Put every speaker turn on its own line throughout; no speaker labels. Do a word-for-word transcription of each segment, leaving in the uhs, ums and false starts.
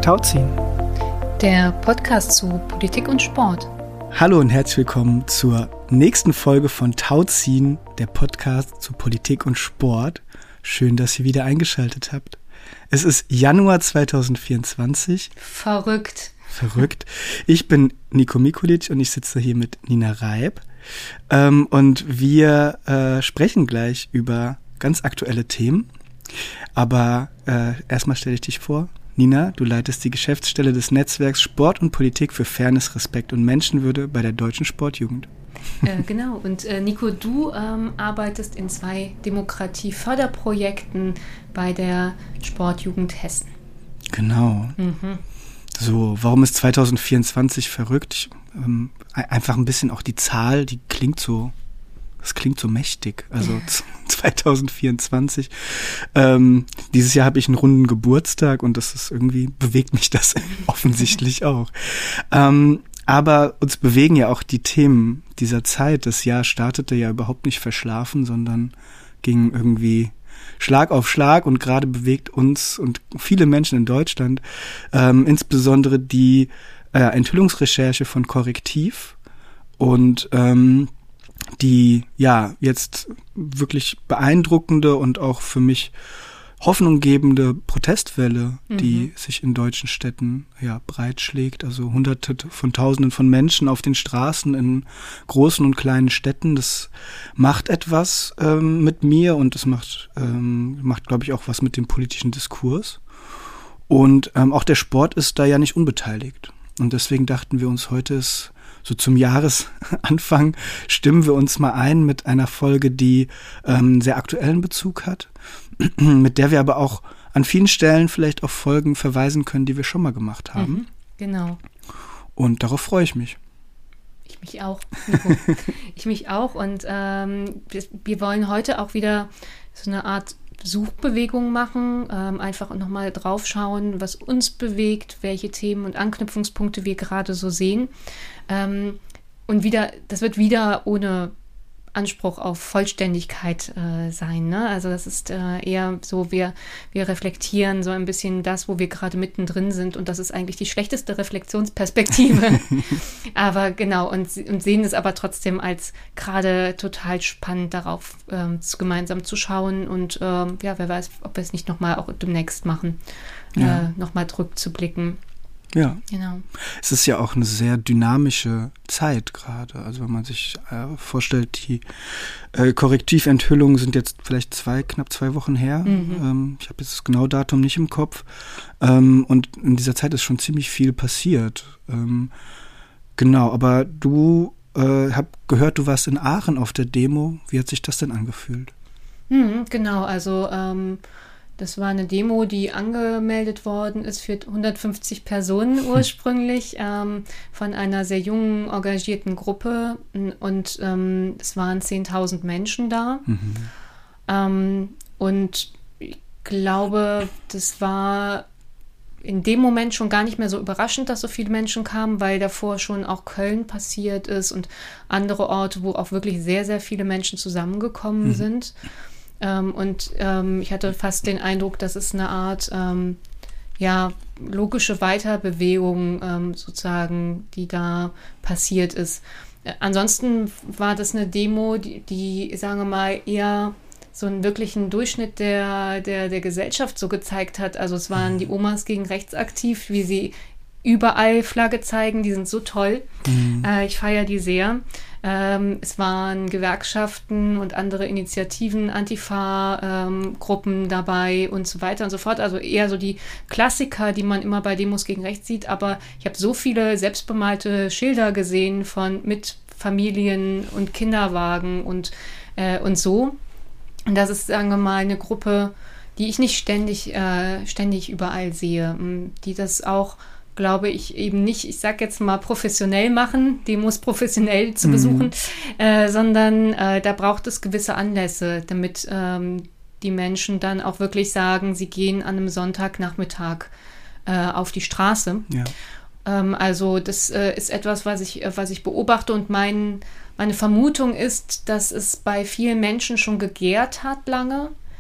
Tauziehen,
der Podcast zu Politik und Sport.
Hallo und herzlich willkommen zur nächsten Folge von Tauziehen, der Podcast zu Politik und Sport. Schön, dass ihr wieder eingeschaltet habt. Es ist Januar zwanzig vierundzwanzig.
Verrückt.
Verrückt. Ich bin Nico Mikulic und ich sitze hier mit Nina Reib. Ähm, und wir äh, sprechen gleich über ganz aktuelle Themen. Aber äh, erstmal stelle ich dich vor. Nina, du leitest die Geschäftsstelle des Netzwerks Sport und Politik für Fairness, Respekt und Menschenwürde bei der Deutschen Sportjugend.
Äh, genau, und äh, Nico, du ähm, arbeitest in zwei Demokratieförderprojekten bei der Sportjugend Hessen.
Genau. Mhm. So, warum ist zwanzig vierundzwanzig verrückt? Ich, ähm, einfach ein bisschen auch die Zahl, die klingt so, das klingt so mächtig. Also zwanzig vierundzwanzig. Ähm, dieses Jahr habe ich einen runden Geburtstag und das ist irgendwie, bewegt mich das offensichtlich auch. Ähm, aber uns bewegen ja auch die Themen dieser Zeit. Das Jahr startete ja überhaupt nicht verschlafen, sondern ging irgendwie Schlag auf Schlag und gerade bewegt uns und viele Menschen in Deutschland, ähm, insbesondere die äh, Enthüllungsrecherche von Korrektiv und ähm, die ja jetzt wirklich beeindruckende und auch für mich hoffnunggebende Protestwelle, mhm. die sich in deutschen Städten ja breitschlägt. Also Hunderte von Tausenden von Menschen auf den Straßen in großen und kleinen Städten. Das macht etwas ähm, mit mir und das macht, ähm, macht, glaube ich, auch was mit dem politischen Diskurs. Und ähm, auch der Sport ist da ja nicht unbeteiligt. Und deswegen dachten wir uns, heute ist so zum Jahresanfang, stimmen wir uns mal ein mit einer Folge, die ähm, sehr aktuellen Bezug hat, mit der wir aber auch an vielen Stellen vielleicht auf Folgen verweisen können, die wir schon mal gemacht haben.
Mhm, genau.
Und darauf freue ich mich.
Ich mich auch, Nico. Ich mich auch. Und ähm, wir, wir wollen heute auch wieder so eine Art Suchbewegung machen, ähm, einfach nochmal drauf schauen, was uns bewegt, welche Themen und Anknüpfungspunkte wir gerade so sehen. Ähm, und wieder, das wird wieder ohne Anspruch auf Vollständigkeit äh, sein. Ne? Also das ist äh, eher so, wir, wir reflektieren so ein bisschen das, wo wir gerade mittendrin sind und das ist eigentlich die schlechteste Reflexionsperspektive. Aber genau, und, und sehen es aber trotzdem als gerade total spannend darauf ähm, zu, gemeinsam zu schauen und ähm, ja, wer weiß, ob wir es nicht nochmal auch demnächst machen, ja. äh, nochmal zurückzublicken.
Ja,
genau.
Es ist ja auch eine sehr dynamische Zeit gerade. Also wenn man sich äh, vorstellt, die äh, Korrektiventhüllungen sind jetzt vielleicht zwei, knapp zwei Wochen her. Mhm. Ähm, ich habe jetzt das genaue Datum nicht im Kopf. Ähm, und in dieser Zeit ist schon ziemlich viel passiert. Ähm, genau, aber du äh, hab gehört, du warst in Aachen auf der Demo. Wie hat sich das denn angefühlt?
Mhm, genau, also ähm das war eine Demo, die angemeldet worden ist für hundertfünfzig Personen ursprünglich ähm, von einer sehr jungen, engagierten Gruppe und ähm, es waren zehntausend Menschen da. Mhm. Ähm, und ich glaube, das war in dem Moment schon gar nicht mehr so überraschend, dass so viele Menschen kamen, weil davor schon auch Köln passiert ist und andere Orte, wo auch wirklich sehr, sehr viele Menschen zusammengekommen mhm. sind. Ähm, und ähm, ich hatte fast den Eindruck, dass es eine Art ähm, ja, logische Weiterbewegung ähm, sozusagen, die da passiert ist. Äh, ansonsten war das eine Demo, die, die, sagen wir mal, eher so einen wirklichen Durchschnitt der, der, der Gesellschaft so gezeigt hat. Also es waren die Omas gegen rechts aktiv, wie sie überall Flagge zeigen, die sind so toll. Mhm. Äh, ich feiere die sehr. Ähm, es waren Gewerkschaften und andere Initiativen, Antifa-Gruppen ähm, dabei und so weiter und so fort. Also eher so die Klassiker, die man immer bei Demos gegen rechts sieht. Aber ich habe so viele selbstbemalte Schilder gesehen von mit Familien und Kinderwagen und, äh, und so. Und das ist, sagen wir mal, eine Gruppe, die ich nicht ständig, äh, ständig überall sehe, die das auch, glaube ich, eben nicht, ich sag jetzt mal, professionell machen, Demos professionell zu besuchen, mhm. äh, sondern äh, da braucht es gewisse Anlässe, damit ähm, die Menschen dann auch wirklich sagen, sie gehen an einem Sonntagnachmittag äh, auf die Straße. Ja. Ähm, also das äh, ist etwas, was ich, äh, was ich beobachte und mein, meine Vermutung ist, dass es bei vielen Menschen schon gegärt hat lange,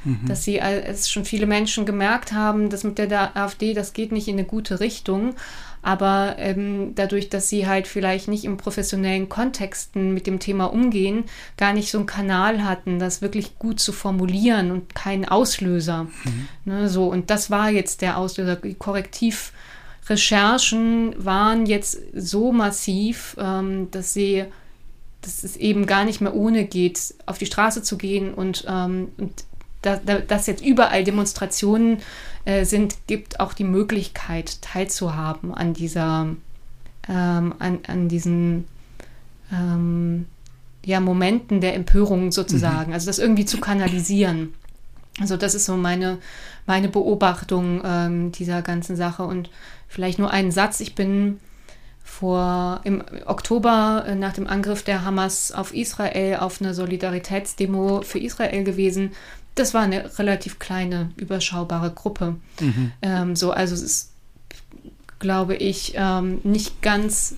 mhm. dass sie es schon viele Menschen gemerkt haben, dass mit der AfD, das geht nicht in eine gute Richtung. Aber ähm, dadurch, dass sie halt vielleicht nicht im professionellen Kontexten mit dem Thema umgehen, gar nicht so einen Kanal hatten, das wirklich gut zu formulieren und keinen Auslöser. Mhm. Ne, so. Und das war jetzt der Auslöser. Die Korrektivrecherchen waren jetzt so massiv, ähm, dass sie, dass es eben gar nicht mehr ohne geht, auf die Straße zu gehen und, ähm, und da, da, dass jetzt überall Demonstrationen äh, sind, gibt auch die Möglichkeit, teilzuhaben an dieser, ähm, an, an diesen ähm, ja, Momenten der Empörung sozusagen, mhm. also das irgendwie zu kanalisieren. Also das ist so meine, meine Beobachtung ähm, dieser ganzen Sache. Und vielleicht nur einen Satz. Ich bin vor im Oktober äh, nach dem Angriff der Hamas auf Israel auf einer Solidaritätsdemo für Israel gewesen. Das war eine relativ kleine, überschaubare Gruppe. Mhm. Ähm, so, also es ist, glaube ich, ähm, nicht ganz,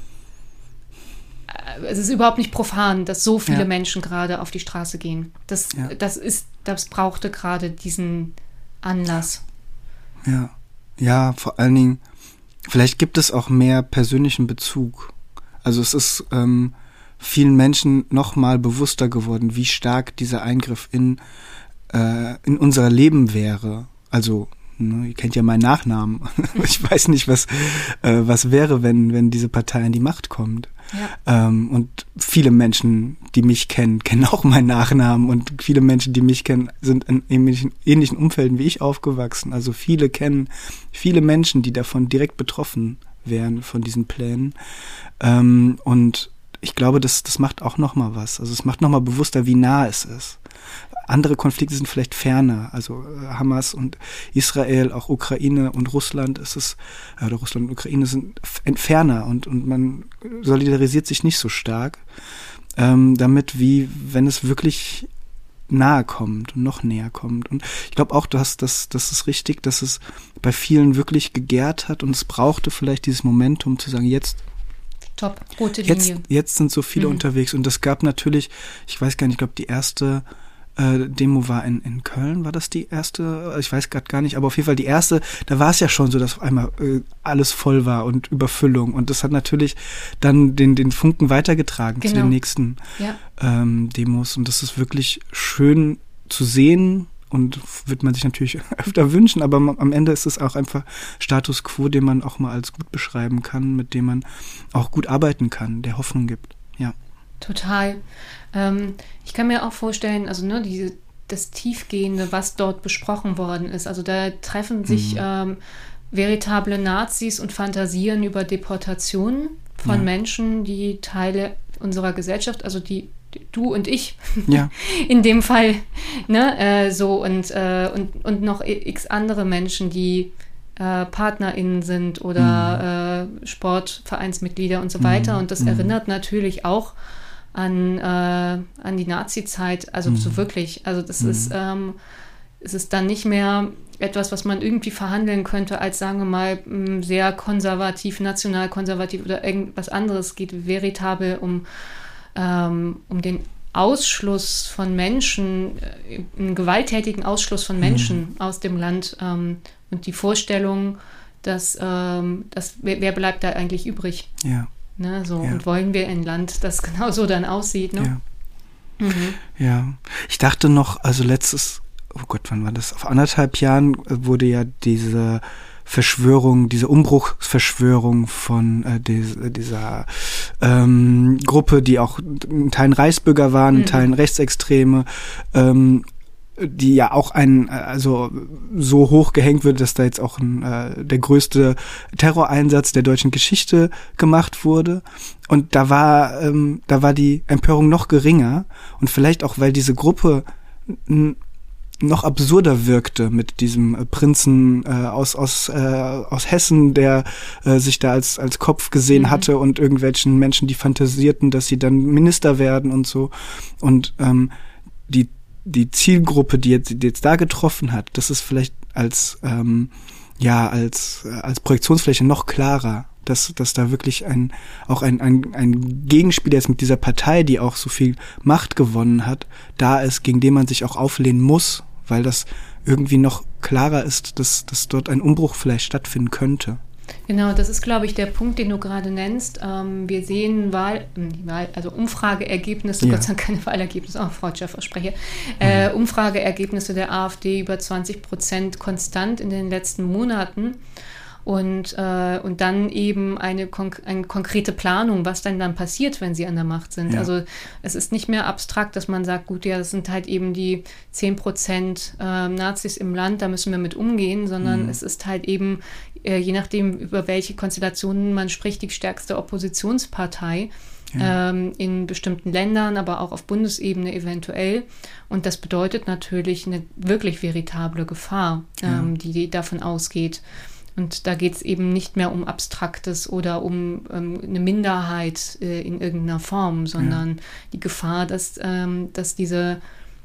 äh, es ist überhaupt nicht profan, dass so viele ja. Menschen gerade auf die Straße gehen. Das, ja. das ist, das brauchte gerade diesen Anlass.
Ja, ja, vor allen Dingen, vielleicht gibt es auch mehr persönlichen Bezug. Also es ist ähm, vielen Menschen noch mal bewusster geworden, wie stark dieser Eingriff in in unser Leben wäre. Also, ne, ihr kennt ja meinen Nachnamen. Ich weiß nicht, was äh, was wäre, wenn wenn diese Partei an die Macht kommt. Ja. Ähm, und viele Menschen, die mich kennen, kennen auch meinen Nachnamen. Und viele Menschen, die mich kennen, sind in ähnlichen, ähnlichen Umfelden wie ich aufgewachsen. Also viele kennen viele Menschen, die davon direkt betroffen wären, von diesen Plänen. Ähm, und ich glaube, das das macht auch noch mal was. Also es macht noch mal bewusster, wie nah es ist. Andere Konflikte sind vielleicht ferner, also Hamas und Israel, auch Ukraine und Russland, ist es, oder Russland und Ukraine sind ferner und, und man solidarisiert sich nicht so stark ähm, damit, wie wenn es wirklich nahe kommt und noch näher kommt. Und ich glaube auch, du hast das, das ist richtig, dass es bei vielen wirklich gegärt hat und es brauchte vielleicht dieses Momentum zu sagen, jetzt
Top, rote Linie.
Jetzt, jetzt sind so viele mhm. unterwegs und es gab natürlich, ich weiß gar nicht, ich glaube die erste äh, Demo war in, in Köln, war das die erste? Ich weiß gerade gar nicht, aber auf jeden Fall die erste, da war es ja schon so, dass auf einmal äh, alles voll war und Überfüllung und das hat natürlich dann den, den Funken weitergetragen genau. zu den nächsten ja. ähm, Demos und das ist wirklich schön zu sehen und wird man sich natürlich öfter wünschen, aber am Ende ist es auch einfach Status quo, den man auch mal als gut beschreiben kann, mit dem man auch gut arbeiten kann, der Hoffnung gibt. Ja.
Total. Ähm, ich kann mir auch vorstellen, also ne, diese, das Tiefgehende, was dort besprochen worden ist. Also da treffen sich mhm. ähm, veritable Nazis und fantasieren über Deportationen von ja. Menschen, die Teile unserer Gesellschaft, also die du und ich ja. in dem Fall, ne, äh, so und, äh, und, und noch x andere Menschen, die äh, PartnerInnen sind oder mhm. äh, Sportvereinsmitglieder und so weiter. Und das mhm. erinnert natürlich auch an, äh, an die Nazi-Zeit, also mhm. so wirklich. Also das mhm. ist, ähm, es ist dann nicht mehr etwas, was man irgendwie verhandeln könnte, als sagen wir mal sehr konservativ, nationalkonservativ oder irgendwas anderes. Es geht veritabel um Ähm, um den Ausschluss von Menschen, äh, einen gewalttätigen Ausschluss von Menschen mhm. aus dem Land ähm, und die Vorstellung, dass, ähm, dass wer, wer bleibt da eigentlich übrig?
Ja.
Ne, so.
Ja.
Und wollen wir ein Land, das genau so dann aussieht? Ne?
Ja.
Mhm.
ja. Ich dachte noch, also letztes, oh Gott, wann war das? Auf anderthalb Jahren wurde ja diese Verschwörung, diese Umbruchsverschwörung von äh, die, dieser ähm, Gruppe, die auch in Teilen Reichsbürger waren, in mhm. Teilen Rechtsextreme, ähm, die ja auch ein, also so hoch gehängt wird, dass da jetzt auch ein, äh, der größte Terroreinsatz der deutschen Geschichte gemacht wurde. Und da war, ähm, da war die Empörung noch geringer und vielleicht auch, weil diese Gruppe n- noch absurder wirkte mit diesem äh, Prinzen äh, aus aus äh, aus Hessen, der äh, sich da als als Kopf gesehen mhm. hatte und irgendwelchen Menschen, die fantasierten, dass sie dann Minister werden und so. Und ähm, die die Zielgruppe, die jetzt die jetzt da getroffen hat, das ist vielleicht als ähm, ja als äh, als Projektionsfläche noch klarer, dass dass da wirklich ein auch ein ein ein Gegenspieler ist mit dieser Partei, die auch so viel Macht gewonnen hat, da ist, gegen den man sich auch auflehnen muss, weil das irgendwie noch klarer ist, dass, dass dort ein Umbruch vielleicht stattfinden könnte.
Genau, das ist, glaube ich, der Punkt, den du gerade nennst. Ähm, wir sehen Wahl, Wahl, also Umfrageergebnisse, ja. Gott sei Dank keine Wahlergebnisse, auch Freudscher Versprecher, äh, mhm. Umfrageergebnisse der AfD über zwanzig Prozent konstant in den letzten Monaten. Und, äh, und dann eben eine, konk- eine konkrete Planung, was denn dann passiert, wenn sie an der Macht sind. Ja. Also es ist nicht mehr abstrakt, dass man sagt, gut, ja, das sind halt eben die zehn Prozent äh, Nazis im Land, da müssen wir mit umgehen, sondern mhm. es ist halt eben, äh, je nachdem, über welche Konstellationen man spricht, die stärkste Oppositionspartei. Ja. Ähm, in bestimmten Ländern, aber auch auf Bundesebene eventuell. Und das bedeutet natürlich eine wirklich veritable Gefahr, ähm, ja. die, die davon ausgeht. Und da geht es eben nicht mehr um Abstraktes oder um ähm, eine Minderheit äh, in irgendeiner Form, sondern ja. die Gefahr, dass, ähm, dass diese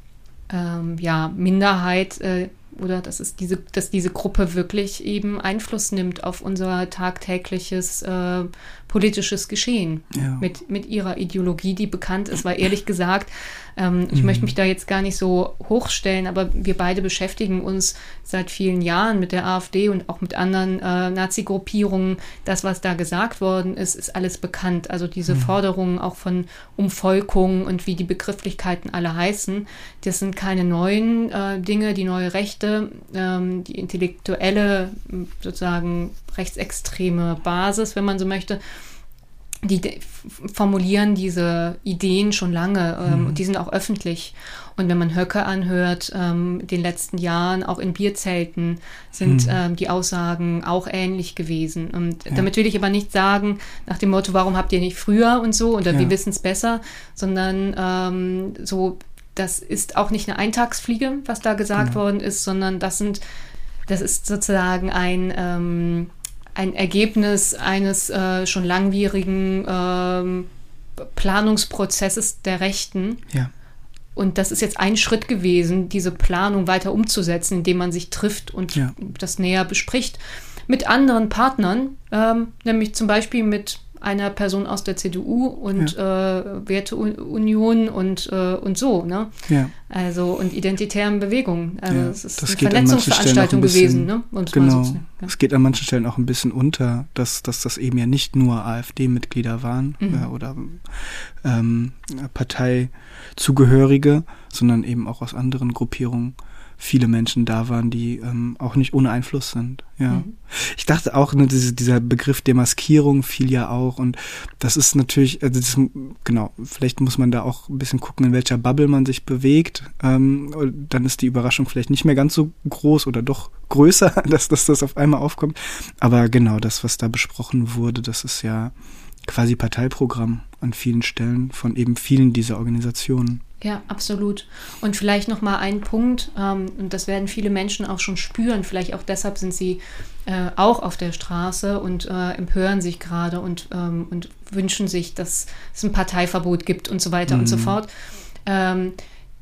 ähm, ja, Minderheit äh, oder dass, es diese, dass diese Gruppe wirklich eben Einfluss nimmt auf unser tagtägliches äh, politisches Geschehen ja. mit, mit ihrer Ideologie, die bekannt ist, weil ehrlich gesagt, ähm, ich mhm. möchte mich da jetzt gar nicht so hochstellen, aber wir beide beschäftigen uns seit vielen Jahren mit der AfD und auch mit anderen äh, Nazi-Gruppierungen. Das, was da gesagt worden ist, ist alles bekannt. Also diese mhm. Forderungen auch von Umvolkung und wie die Begrifflichkeiten alle heißen, das sind keine neuen äh, Dinge, die neue Rechte, ähm, die intellektuelle, sozusagen rechtsextreme Basis, wenn man so möchte, die de- formulieren diese Ideen schon lange ähm, mhm. und die sind auch öffentlich. Und wenn man Höcke anhört, ähm, in den letzten Jahren, auch in Bierzelten, sind mhm. ähm, die Aussagen auch ähnlich gewesen. Und ja. damit will ich aber nicht sagen, nach dem Motto, warum habt ihr nicht früher und so, oder ja. wir wissen es besser, sondern ähm, so, das ist auch nicht eine Eintagsfliege, was da gesagt genau. worden ist, sondern das sind, das ist sozusagen ein ähm, ein Ergebnis eines äh, schon langwierigen ähm, Planungsprozesses der Rechten.
Ja.
Und das ist jetzt ein Schritt gewesen, diese Planung weiter umzusetzen, indem man sich trifft und ja. das näher bespricht mit anderen Partnern, ähm, nämlich zum Beispiel mit einer Person aus der C D U und ja. äh, Werteunion und, äh, und so, ne? Ja. Also und identitären Bewegungen. Also
ja.
es ist
das
eine Vernetzungsveranstaltung gewesen, ne? Und
genau.
so, ja.
Es geht an manchen Stellen auch ein bisschen unter, dass, dass das eben ja nicht nur AfD-Mitglieder waren mhm. äh, oder ähm, Parteizugehörige, sondern eben auch aus anderen Gruppierungen viele Menschen da waren, die ähm, auch nicht ohne Einfluss sind. Ja, mhm. Ich dachte auch, ne, diese, dieser Begriff Demaskierung fiel ja auch und das ist natürlich, also das, genau, vielleicht muss man da auch ein bisschen gucken, in welcher Bubble man sich bewegt. Ähm, dann ist die Überraschung vielleicht nicht mehr ganz so groß oder doch größer, dass, dass das auf einmal aufkommt. Aber genau das, was da besprochen wurde, das ist ja quasi Parteiprogramm an vielen Stellen von eben vielen dieser Organisationen.
Ja, absolut. Und vielleicht noch mal ein Punkt, ähm, und das werden viele Menschen auch schon spüren, vielleicht auch deshalb sind sie äh, auch auf der Straße und äh, empören sich gerade und, ähm, und wünschen sich, dass es ein Parteiverbot gibt und so weiter mhm. und so fort. Ähm,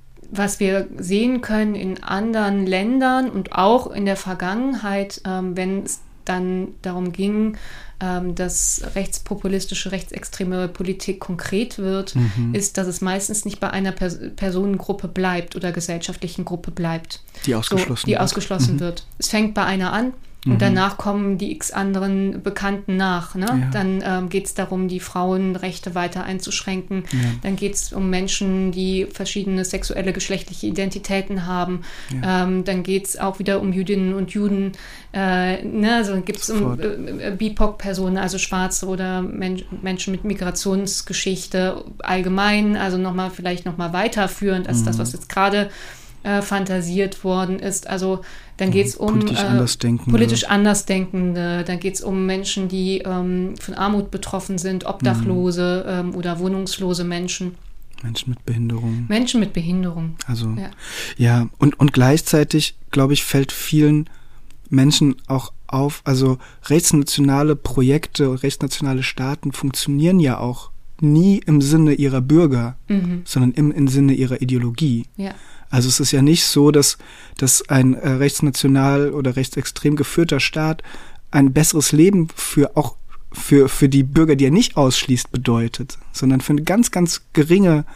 was wir sehen können in anderen Ländern und auch in der Vergangenheit, ähm, wenn es dann darum ging, ähm, dass rechtspopulistische, rechtsextreme Politik konkret wird, mhm. ist, dass es meistens nicht bei einer Pers- Personengruppe bleibt oder gesellschaftlichen Gruppe bleibt.
Die ausgeschlossen
so, die
wird.
ausgeschlossen
Mhm.
wird. Es fängt bei einer an. Und danach kommen die x anderen Bekannten nach. Ne?
Ja. Dann
ähm, geht es darum, die Frauenrechte weiter einzuschränken. Ja. Dann geht es um Menschen, die verschiedene sexuelle, geschlechtliche Identitäten haben. Ja. Ähm, dann geht es auch wieder um Jüdinnen und Juden. Äh, ne? Also gibt es um äh, B I P O C-Personen, also Schwarze oder Men- Menschen mit Migrationsgeschichte allgemein. Also nochmal vielleicht nochmal weiterführend als mhm. das, was jetzt gerade äh, fantasiert worden ist. Also dann geht es um
politisch, äh, Andersdenkende.
politisch Andersdenkende, dann geht es um Menschen, die ähm, von Armut betroffen sind, Obdachlose mhm. ähm, oder wohnungslose Menschen.
Menschen mit Behinderung.
Menschen mit Behinderung.
Also, ja, ja und, und gleichzeitig, glaube ich, fällt vielen Menschen auch auf, also rechtsnationale Projekte, rechtsnationale Staaten funktionieren ja auch nie im Sinne ihrer Bürger, mhm. sondern im, im Sinne ihrer Ideologie.
Ja.
Also es ist ja nicht so, dass, dass ein äh, rechtsnational oder rechtsextrem geführter Staat ein besseres Leben für auch für, für die Bürger, die er nicht ausschließt, bedeutet, sondern für eine ganz, ganz geringe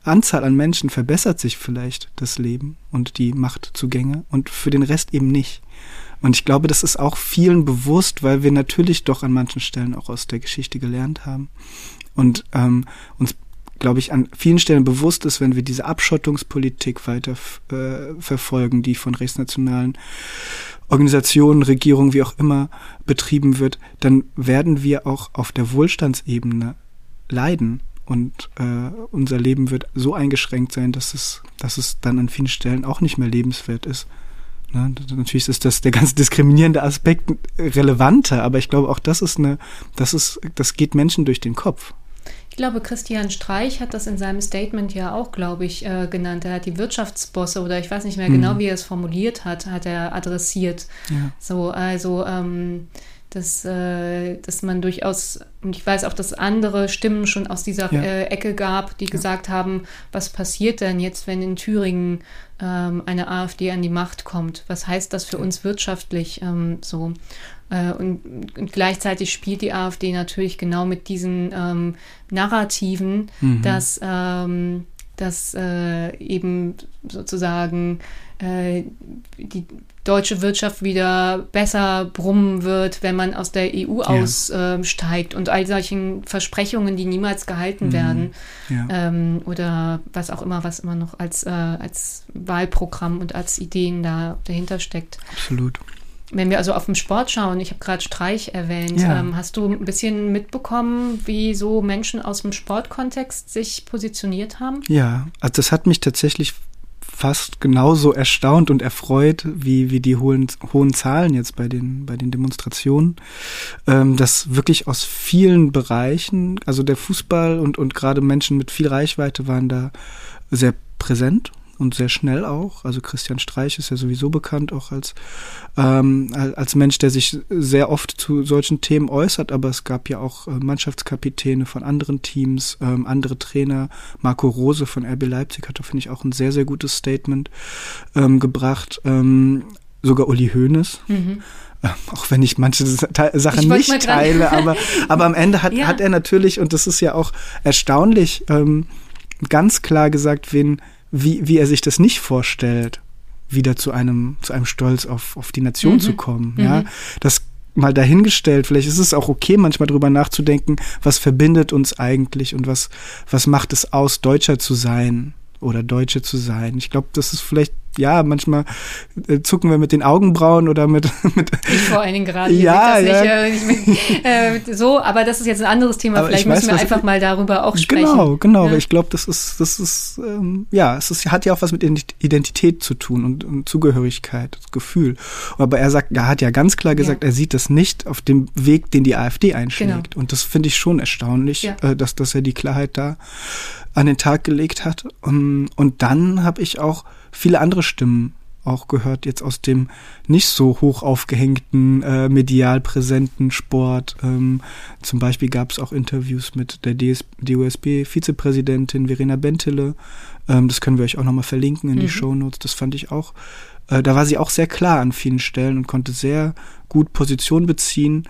Anzahl an Menschen verbessert sich vielleicht das Leben und die Machtzugänge und für den Rest eben nicht. Und ich glaube, das ist auch vielen bewusst, weil wir natürlich doch an manchen Stellen auch aus der Geschichte gelernt haben und ähm, uns, glaube ich, an vielen Stellen bewusst ist, wenn wir diese Abschottungspolitik weiter äh, verfolgen, die von rechtsnationalen Organisationen, Regierungen, wie auch immer betrieben wird, dann werden wir auch auf der Wohlstandsebene leiden. Und äh, unser Leben wird so eingeschränkt sein, dass es, dass es dann an vielen Stellen auch nicht mehr lebenswert ist. Ne? Natürlich ist das der ganz diskriminierende Aspekt relevanter, aber ich glaube auch das ist eine, das ist, das geht Menschen durch den Kopf.
Ich glaube, Christian Streich hat das in seinem Statement ja auch, glaube ich, äh, genannt. Er hat die Wirtschaftsbosse oder ich weiß nicht mehr mhm. genau, wie er es formuliert hat, hat er adressiert. Ja. So, also ähm, dass, äh, dass man durchaus, und ich weiß auch, dass andere Stimmen schon aus dieser ja. äh, Ecke gab, die ja. gesagt haben, was passiert denn jetzt, wenn in Thüringen ähm, eine AfD an die Macht kommt? Was heißt das für ja. uns wirtschaftlich ähm, so? Äh, und, und gleichzeitig spielt die AfD natürlich genau mit diesen ähm, Narrativen, mhm. dass, ähm, dass äh, eben sozusagen äh, die deutsche Wirtschaft wieder besser brummen wird, wenn man aus der E U ja. aussteigt äh, und all solchen Versprechungen, die niemals gehalten mhm. werden ja. ähm, oder was auch immer, was immer noch als, äh, als Wahlprogramm und als Ideen da dahinter steckt.
Absolut.
Wenn wir also auf den Sport schauen, ich habe gerade Streich erwähnt, ja. ähm, hast du ein bisschen mitbekommen, wie so Menschen aus dem Sportkontext sich positioniert haben?
Ja, also das hat mich tatsächlich fast genauso erstaunt und erfreut, wie, wie die hohen, hohen Zahlen jetzt bei den, bei den Demonstrationen, ähm, dass wirklich aus vielen Bereichen, also der Fußball und, und gerade Menschen mit viel Reichweite waren da sehr präsent und sehr schnell auch. Also Christian Streich ist ja sowieso bekannt auch als, ähm, als Mensch, der sich sehr oft zu solchen Themen äußert, aber es gab ja auch äh, Mannschaftskapitäne von anderen Teams, ähm, andere Trainer. Marco Rose von R B Leipzig hat da, finde ich, auch ein sehr, sehr gutes Statement ähm, gebracht. Ähm, sogar Uli Hoeneß. Mhm. Ähm, auch wenn ich manche Te- Sachen ich nicht teile, aber, aber am Ende hat, ja. hat er natürlich, und das ist ja auch erstaunlich, ähm, ganz klar gesagt, wen Wie, wie er sich das nicht vorstellt, wieder zu einem, zu einem Stolz auf, auf die Nation mhm. zu kommen. Ja, mhm. das mal dahingestellt. Vielleicht ist es auch okay, manchmal drüber nachzudenken, was verbindet uns eigentlich und was, was macht es aus, Deutscher zu sein oder Deutsche zu sein. Ich glaube, das ist vielleicht, ja, manchmal äh, zucken wir mit den Augenbrauen oder mit... mit
ich vor allen Dingen gerade,
ja,
das
ja.
nicht, äh, ich, äh, so, aber das ist jetzt ein anderes Thema. Aber vielleicht müssen weiß, wir einfach ich, mal darüber auch sprechen.
Genau, genau, ja. weil ich glaube, das ist, das ist, ähm, ja, es ist, hat ja auch was mit Identität zu tun und, und Zugehörigkeit, Gefühl. Aber er sagt, er hat ja ganz klar gesagt, ja. er sieht das nicht auf dem Weg, den die AfD einschlägt. Genau. Und das finde ich schon erstaunlich, ja. äh, dass, dass er die Klarheit da an den Tag gelegt hat. Um, und dann habe ich auch viele andere Stimmen auch gehört, jetzt aus dem nicht so hoch aufgehängten, äh, medial präsenten Sport. Ähm, zum Beispiel gab es auch Interviews mit der D S- D O S B-Vizepräsidentin Verena Bentele. Ähm, das können wir euch auch nochmal verlinken in mhm. die Shownotes. Das fand ich auch, äh, da war sie auch sehr klar an vielen Stellen und konnte sehr gut Position beziehen.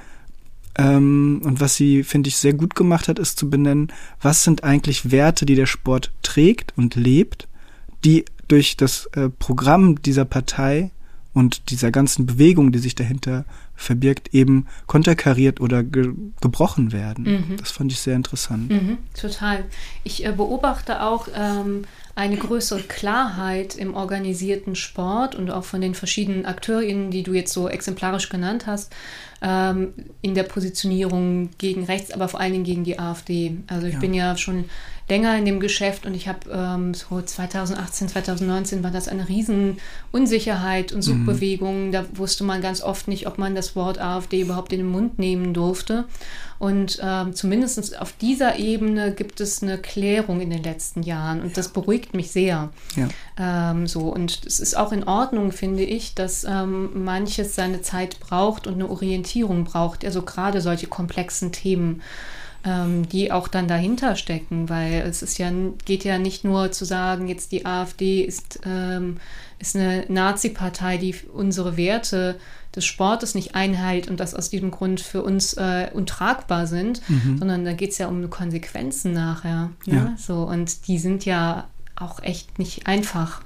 Ähm, und was sie, finde ich, sehr gut gemacht hat, ist zu benennen, was sind eigentlich Werte, die der Sport trägt und lebt, die durch das äh, Programm dieser Partei und dieser ganzen Bewegung, die sich dahinter verbirgt, eben konterkariert oder ge- gebrochen werden. Mhm. Das fand ich sehr interessant.
Mhm, total. Ich äh, beobachte auch ähm, eine größere Klarheit im organisierten Sport und auch von den verschiedenen AkteurInnen, die du jetzt so exemplarisch genannt hast, ähm, in der Positionierung gegen rechts, aber vor allen Dingen gegen die AfD. Also ich ja. bin ja schon länger in dem Geschäft und ich habe ähm, so zwanzig achtzehn, zwanzig neunzehn war das eine riesen Unsicherheit und Suchbewegung. Mhm. Da wusste man ganz oft nicht, ob man das Wort AfD überhaupt in den Mund nehmen durfte. Und ähm, zumindest auf dieser Ebene gibt es eine Klärung in den letzten Jahren und ja. das beruhigt mich sehr. Ja. Ähm, so. Und es ist auch in Ordnung, finde ich, dass ähm, manches seine Zeit braucht und eine Orientierung braucht, also gerade solche komplexen Themen. ähm, die auch dann dahinter stecken, weil es ist ja, geht ja nicht nur zu sagen, jetzt die AfD ist, ähm, ist eine Nazi-Partei, die unsere Werte des Sportes nicht einhält und das aus diesem Grund für uns äh, untragbar sind, mhm. sondern da geht es ja um Konsequenzen nachher. Ja? Ja. So, und die sind ja auch echt nicht einfach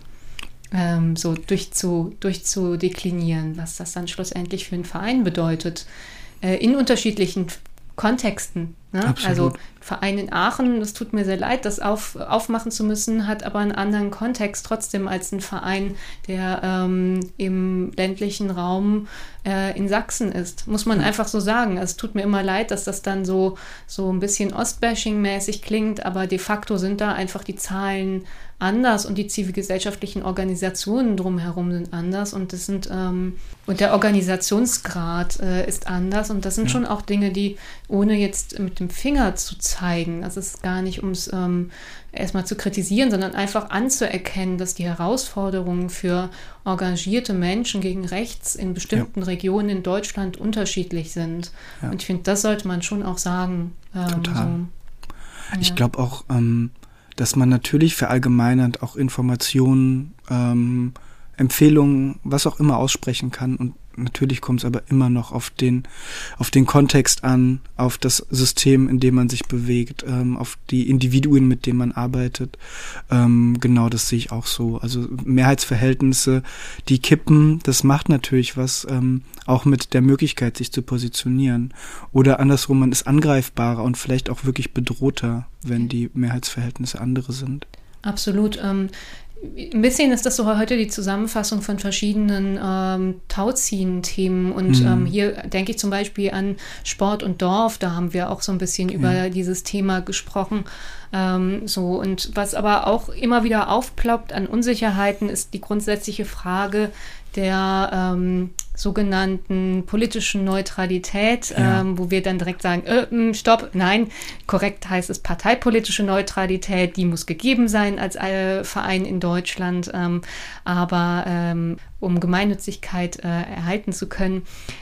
ähm, so durchzu, durchzudeklinieren, was das dann schlussendlich für einen Verein bedeutet. Äh, in unterschiedlichen Kontexten. Ne? Also Verein in Aachen, das tut mir sehr leid, das auf, aufmachen zu müssen, hat aber einen anderen Kontext trotzdem als ein Verein, der ähm, im ländlichen Raum äh, in Sachsen ist. Muss man einfach so sagen. Es tut mir immer leid, dass das dann so, so ein bisschen Ostbashing-mäßig klingt, aber de facto sind da einfach die Zahlen anders und die zivilgesellschaftlichen Organisationen drumherum sind anders und das sind ähm, und der Organisationsgrad äh, ist anders und das sind ja. schon auch Dinge, die ohne jetzt mit dem Finger zu zeigen, also es ist gar nicht ums ähm, erstmal zu kritisieren, sondern einfach anzuerkennen, dass die Herausforderungen für engagierte Menschen gegen rechts in bestimmten ja. Regionen in Deutschland unterschiedlich sind. Ja. Und ich finde, das sollte man schon auch sagen. Ähm,
Total.
So.
Ich
Ja.
glaube auch, ähm, dass man natürlich verallgemeinernd auch Informationen, ähm, Empfehlungen, was auch immer aussprechen kann. Und natürlich kommt es aber immer noch auf den, auf den Kontext an, auf das System, in dem man sich bewegt, ähm, auf die Individuen, mit denen man arbeitet. Ähm, genau, das sehe ich auch so. Also Mehrheitsverhältnisse, die kippen, das macht natürlich was, ähm, auch mit der Möglichkeit, sich zu positionieren. Oder andersrum, man ist angreifbarer und vielleicht auch wirklich bedrohter, wenn die Mehrheitsverhältnisse andere sind.
Absolut. Ähm, ein bisschen ist das so heute die Zusammenfassung von verschiedenen ähm, Tauziehen-Themen und mhm. ähm, hier denke ich zum Beispiel an Sport und Dorf, da haben wir auch so ein bisschen über ja. dieses Thema gesprochen. Ähm, so und was aber auch immer wieder aufploppt an Unsicherheiten ist die grundsätzliche Frage der ähm, sogenannten politischen Neutralität, ja. ähm, wo wir dann direkt sagen, äh, stopp, nein, korrekt heißt es parteipolitische Neutralität, die muss gegeben sein als äh, Verein in Deutschland, ähm, aber ähm, um Gemeinnützigkeit äh, erhalten zu können,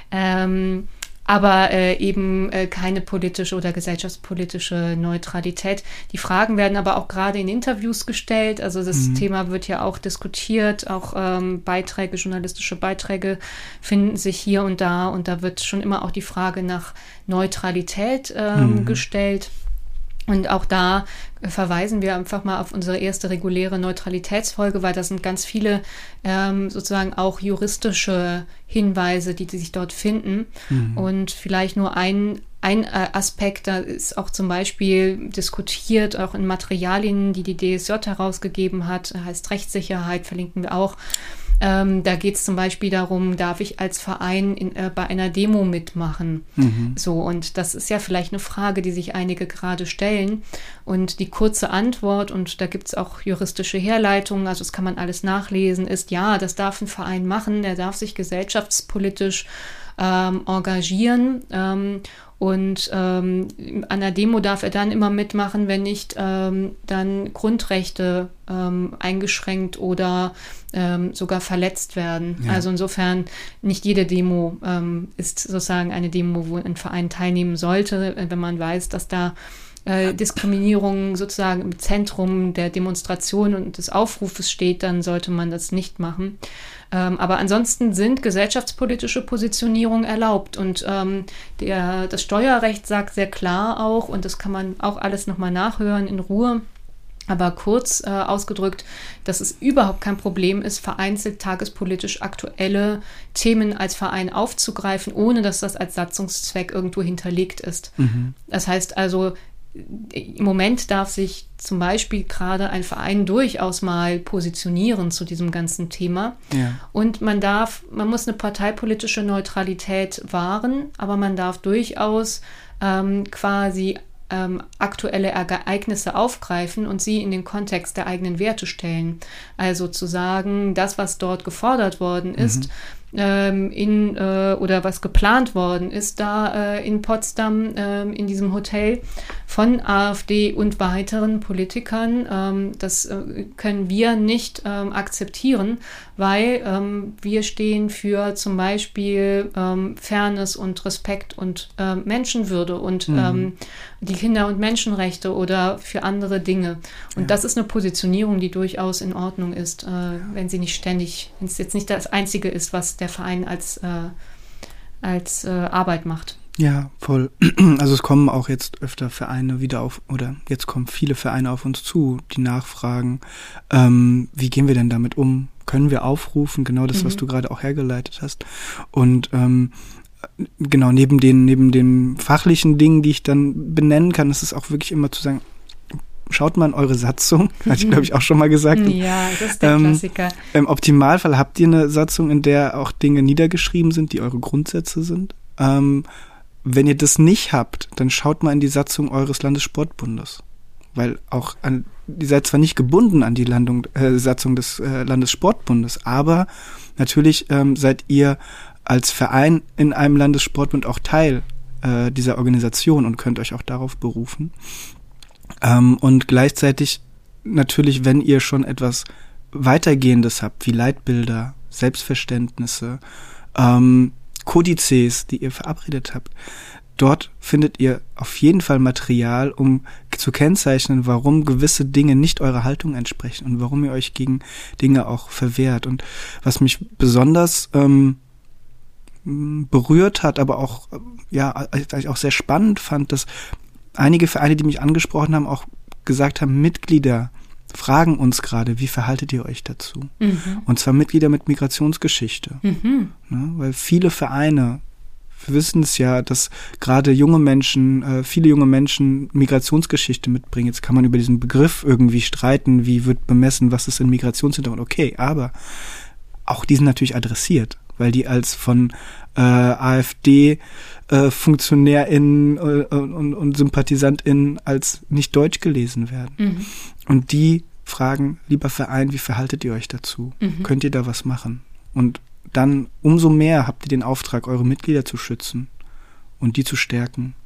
ähm, aber äh, eben äh, keine politische oder gesellschaftspolitische Neutralität. Die Fragen werden aber auch gerade in Interviews gestellt, also das mhm. Thema wird ja auch diskutiert, auch ähm, Beiträge, journalistische Beiträge finden sich hier und da und da wird schon immer auch die Frage nach Neutralität ähm, mhm. gestellt. Und auch da verweisen wir einfach mal auf unsere erste reguläre Neutralitätsfolge, weil da sind ganz viele ähm, sozusagen auch juristische Hinweise, die, die sich dort finden. Mhm. Und vielleicht nur ein, ein Aspekt, da ist auch zum Beispiel diskutiert, auch in Materialien, die die D S J herausgegeben hat, heißt Rechtssicherheit, verlinken wir auch. Ähm, da geht es zum Beispiel darum, darf ich als Verein in, äh, bei einer Demo mitmachen? Mhm. So, und das ist ja vielleicht eine Frage, die sich einige gerade stellen. Und die kurze Antwort, und da gibt es auch juristische Herleitungen, also das kann man alles nachlesen, ist ja, das darf ein Verein machen, der darf sich gesellschaftspolitisch ähm, engagieren ähm, und ähm, an der Demo darf er dann immer mitmachen, wenn nicht ähm, dann Grundrechte ähm, eingeschränkt oder ähm, sogar verletzt werden. Ja. Also insofern nicht jede Demo ähm, ist sozusagen eine Demo, wo ein Verein teilnehmen sollte, wenn man weiß, dass da äh, Diskriminierung sozusagen im Zentrum der Demonstration und des Aufrufes steht, dann sollte man das nicht machen. Ähm, aber ansonsten sind gesellschaftspolitische Positionierungen erlaubt und ähm, der, das Steuerrecht sagt sehr klar auch, und das kann man auch alles nochmal nachhören in Ruhe, aber kurz äh, ausgedrückt, dass es überhaupt kein Problem ist, vereinzelt tagespolitisch aktuelle Themen als Verein aufzugreifen, ohne dass das als Satzungszweck irgendwo hinterlegt ist. Mhm. Das heißt also, im Moment darf sich zum Beispiel gerade ein Verein durchaus mal positionieren zu diesem ganzen Thema. Ja. Und man darf, man muss eine parteipolitische Neutralität wahren, aber man darf durchaus ähm, quasi ähm, aktuelle Ereignisse aufgreifen und sie in den Kontext der eigenen Werte stellen. Also zu sagen, das, was dort gefordert worden ist, mhm. ähm, in äh, oder was geplant worden ist da äh, in Potsdam äh, in diesem Hotel von AfD und weiteren Politikern. Ähm, das äh, können wir nicht ähm, akzeptieren, weil ähm, wir stehen für zum Beispiel ähm, Fairness und Respekt und äh, Menschenwürde und mhm. ähm, die Kinder- und Menschenrechte oder für andere Dinge. Und ja. das ist eine Positionierung, die durchaus in Ordnung ist, äh, wenn sie nicht ständig, wenn es jetzt nicht das Einzige ist, was der Verein als, äh, als äh, Arbeit macht.
Ja, voll. Also es kommen auch jetzt öfter Vereine wieder auf, oder jetzt kommen viele Vereine auf uns zu, die nachfragen, ähm, wie gehen wir denn damit um? Können wir aufrufen? Genau das, mhm. was du gerade auch hergeleitet hast. Und ähm, genau, neben den, neben den fachlichen Dingen, die ich dann benennen kann, ist es auch wirklich immer zu sagen, schaut mal in eure Satzung, hatte ich glaube ich auch schon mal gesagt.
Ja, das ist der ähm, Klassiker.
Im Optimalfall habt ihr eine Satzung, in der auch Dinge niedergeschrieben sind, die eure Grundsätze sind. Ähm, wenn ihr das nicht habt, dann schaut mal in die Satzung eures Landessportbundes. Weil auch, an, ihr seid zwar nicht gebunden an die Landung, äh, Satzung des äh, Landessportbundes, aber natürlich ähm, seid ihr als Verein in einem Landessportbund auch Teil äh, dieser Organisation und könnt euch auch darauf berufen. Ähm, und gleichzeitig natürlich, wenn ihr schon etwas Weitergehendes habt, wie Leitbilder, Selbstverständnisse, ähm, Kodizes, die ihr verabredet habt, dort findet ihr auf jeden Fall Material, um zu kennzeichnen, warum gewisse Dinge nicht eurer Haltung entsprechen und warum ihr euch gegen Dinge auch verwehrt. Und was mich besonders ähm, berührt hat, aber auch, ja, ich auch sehr spannend fand, dass einige Vereine, die mich angesprochen haben, auch gesagt haben, Mitglieder fragen uns gerade, wie verhaltet ihr euch dazu? Mhm. Und zwar Mitglieder mit Migrationsgeschichte. Mhm. Ne, weil viele Vereine, wir wissen es ja, dass gerade junge Menschen, äh, viele junge Menschen Migrationsgeschichte mitbringen. Jetzt kann man über diesen Begriff irgendwie streiten, wie wird bemessen, was ist ein Migrationshintergrund? Okay, aber auch die sind natürlich adressiert, weil die als von äh, AfD äh, FunktionärInnen äh, und, und SympathisantInnen als nicht deutsch gelesen werden. Mhm. Und die fragen, lieber Verein, wie verhaltet ihr euch dazu? Mhm. Könnt ihr da was machen? Und dann umso mehr habt ihr den Auftrag, eure Mitglieder zu schützen und die zu stärken.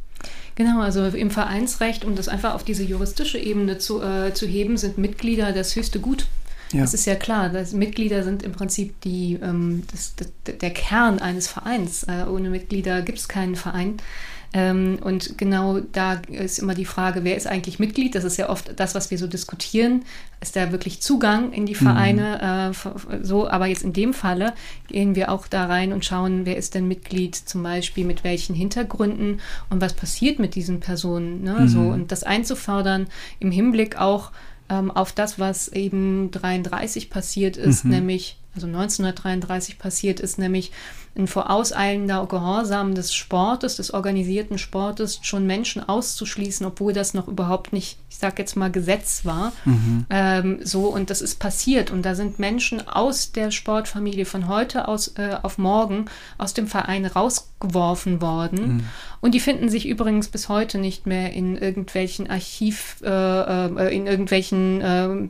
Genau, also im Vereinsrecht, um das einfach auf diese juristische Ebene zu, äh, zu heben, sind Mitglieder das höchste Gut. Ja. Das ist ja klar, dass Mitglieder sind im Prinzip die, ähm, das, das, der Kern eines Vereins. Äh, ohne Mitglieder gibt es keinen Verein. Ähm, und genau da ist immer die Frage, wer ist eigentlich Mitglied? Das ist ja oft das, was wir so diskutieren. Ist da wirklich Zugang in die Vereine? Mhm. Äh, so, aber jetzt in dem Falle gehen wir auch da rein und schauen, wer ist denn Mitglied, zum Beispiel mit welchen Hintergründen und was passiert mit diesen Personen. Ne? Mhm. So, und das einzufordern im Hinblick auch ähm, auf das, was eben dreiunddreißig passiert ist, mhm. nämlich, also neunzehnhundertdreiunddreißig passiert ist, nämlich ein vorauseilender Gehorsam des Sportes, des organisierten Sportes, schon Menschen auszuschließen, obwohl das noch überhaupt nicht, ich sag jetzt mal, Gesetz war. Mhm. Ähm, so, und das ist passiert. Und da sind Menschen aus der Sportfamilie von heute aus, äh, auf morgen aus dem Verein rausgeworfen worden. Mhm. Und die finden sich übrigens bis heute nicht mehr in irgendwelchen Archiv, äh, äh, in irgendwelchen äh,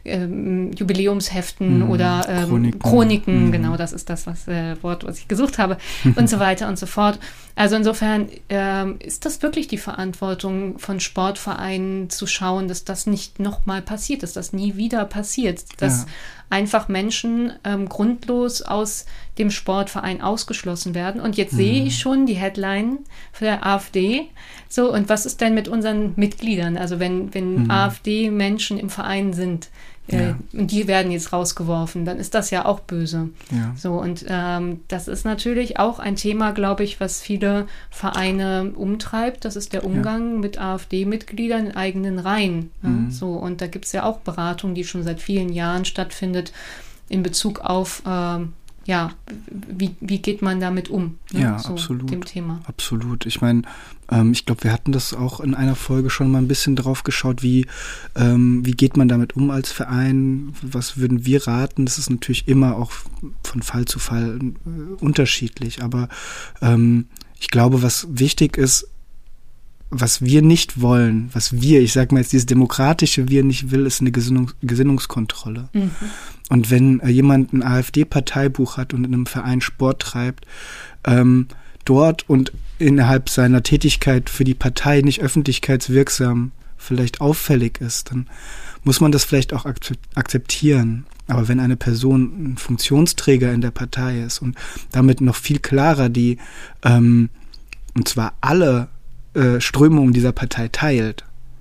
äh, Jubiläumsheften mhm. oder äh, Chroniken, Chroniken. Mhm. Genau, das ist das was, äh, Wort, was ich gesucht habe und so weiter und so fort. Also insofern ähm, ist das wirklich die Verantwortung von Sportvereinen zu schauen, dass das nicht nochmal passiert, dass das nie wieder passiert, dass ja. einfach Menschen ähm, grundlos aus dem Sportverein ausgeschlossen werden. Und jetzt mhm. sehe ich schon die Headline für der AfD. So, und was ist denn mit unseren Mitgliedern? Also wenn, wenn mhm. AfD-Menschen im Verein sind, Ja. und die werden jetzt rausgeworfen, dann ist das ja auch böse. Ja. So, und ähm, das ist natürlich auch ein Thema, glaube ich, was viele Vereine umtreibt. Das ist der Umgang ja. mit AfD-Mitgliedern in eigenen Reihen. Mhm. Ja, so, und da gibt es ja auch Beratung, die schon seit vielen Jahren stattfindet in Bezug auf ähm, ja, wie, wie geht man damit um? Ne?
Ja,
so,
absolut.
Dem Thema.
Absolut. Ich meine, ähm, ich glaube, wir hatten das auch in einer Folge schon mal ein bisschen drauf geschaut, wie, ähm, wie geht man damit um als Verein? Was würden wir raten? Das ist natürlich immer auch von Fall zu Fall äh, unterschiedlich. Aber ähm, ich glaube, was wichtig ist, was wir nicht wollen, was wir, ich sag mal jetzt dieses demokratische Wir nicht will, ist eine Gesinnungs- Gesinnungskontrolle. Mhm. Und wenn äh, jemand ein AfD-Parteibuch hat und in einem Verein Sport treibt, ähm, dort und innerhalb seiner Tätigkeit für die Partei nicht öffentlichkeitswirksam vielleicht auffällig ist, dann muss man das vielleicht auch akzeptieren. Aber wenn eine Person ein Funktionsträger in der Partei ist und damit noch viel klarer die, ähm, und zwar alle äh, Strömungen dieser Partei teilt,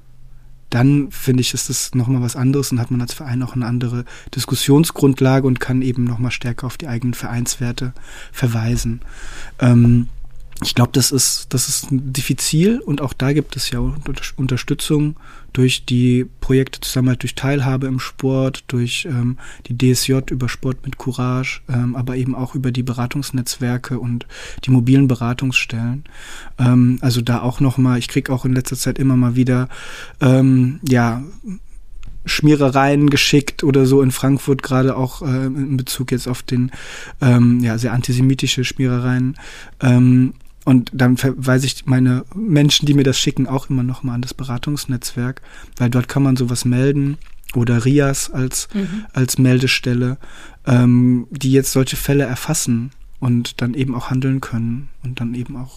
dann finde ich, ist das nochmal was anderes und hat man als Verein auch eine andere Diskussionsgrundlage und kann eben nochmal stärker auf die eigenen Vereinswerte verweisen. Ähm, ich glaube, das ist, das ist diffizil und auch da gibt es ja Unterstützung durch die Projekte Zusammenhalt durch Teilhabe im Sport, durch ähm, die D S J über Sport mit Courage, ähm, aber eben auch über die Beratungsnetzwerke und die mobilen Beratungsstellen. Ähm, also da auch nochmal, ich kriege auch in letzter Zeit immer mal wieder, ähm, ja, Schmierereien geschickt oder so in Frankfurt, gerade auch äh, in Bezug jetzt auf den, ähm, ja, sehr antisemitische Schmierereien. Ähm, Und dann verweise ich meine Menschen, die mir das schicken, auch immer noch mal an das Beratungsnetzwerk, weil dort kann man sowas melden oder R I A S als, mhm. als Meldestelle, ähm, die jetzt solche Fälle erfassen und dann eben auch handeln können und dann eben auch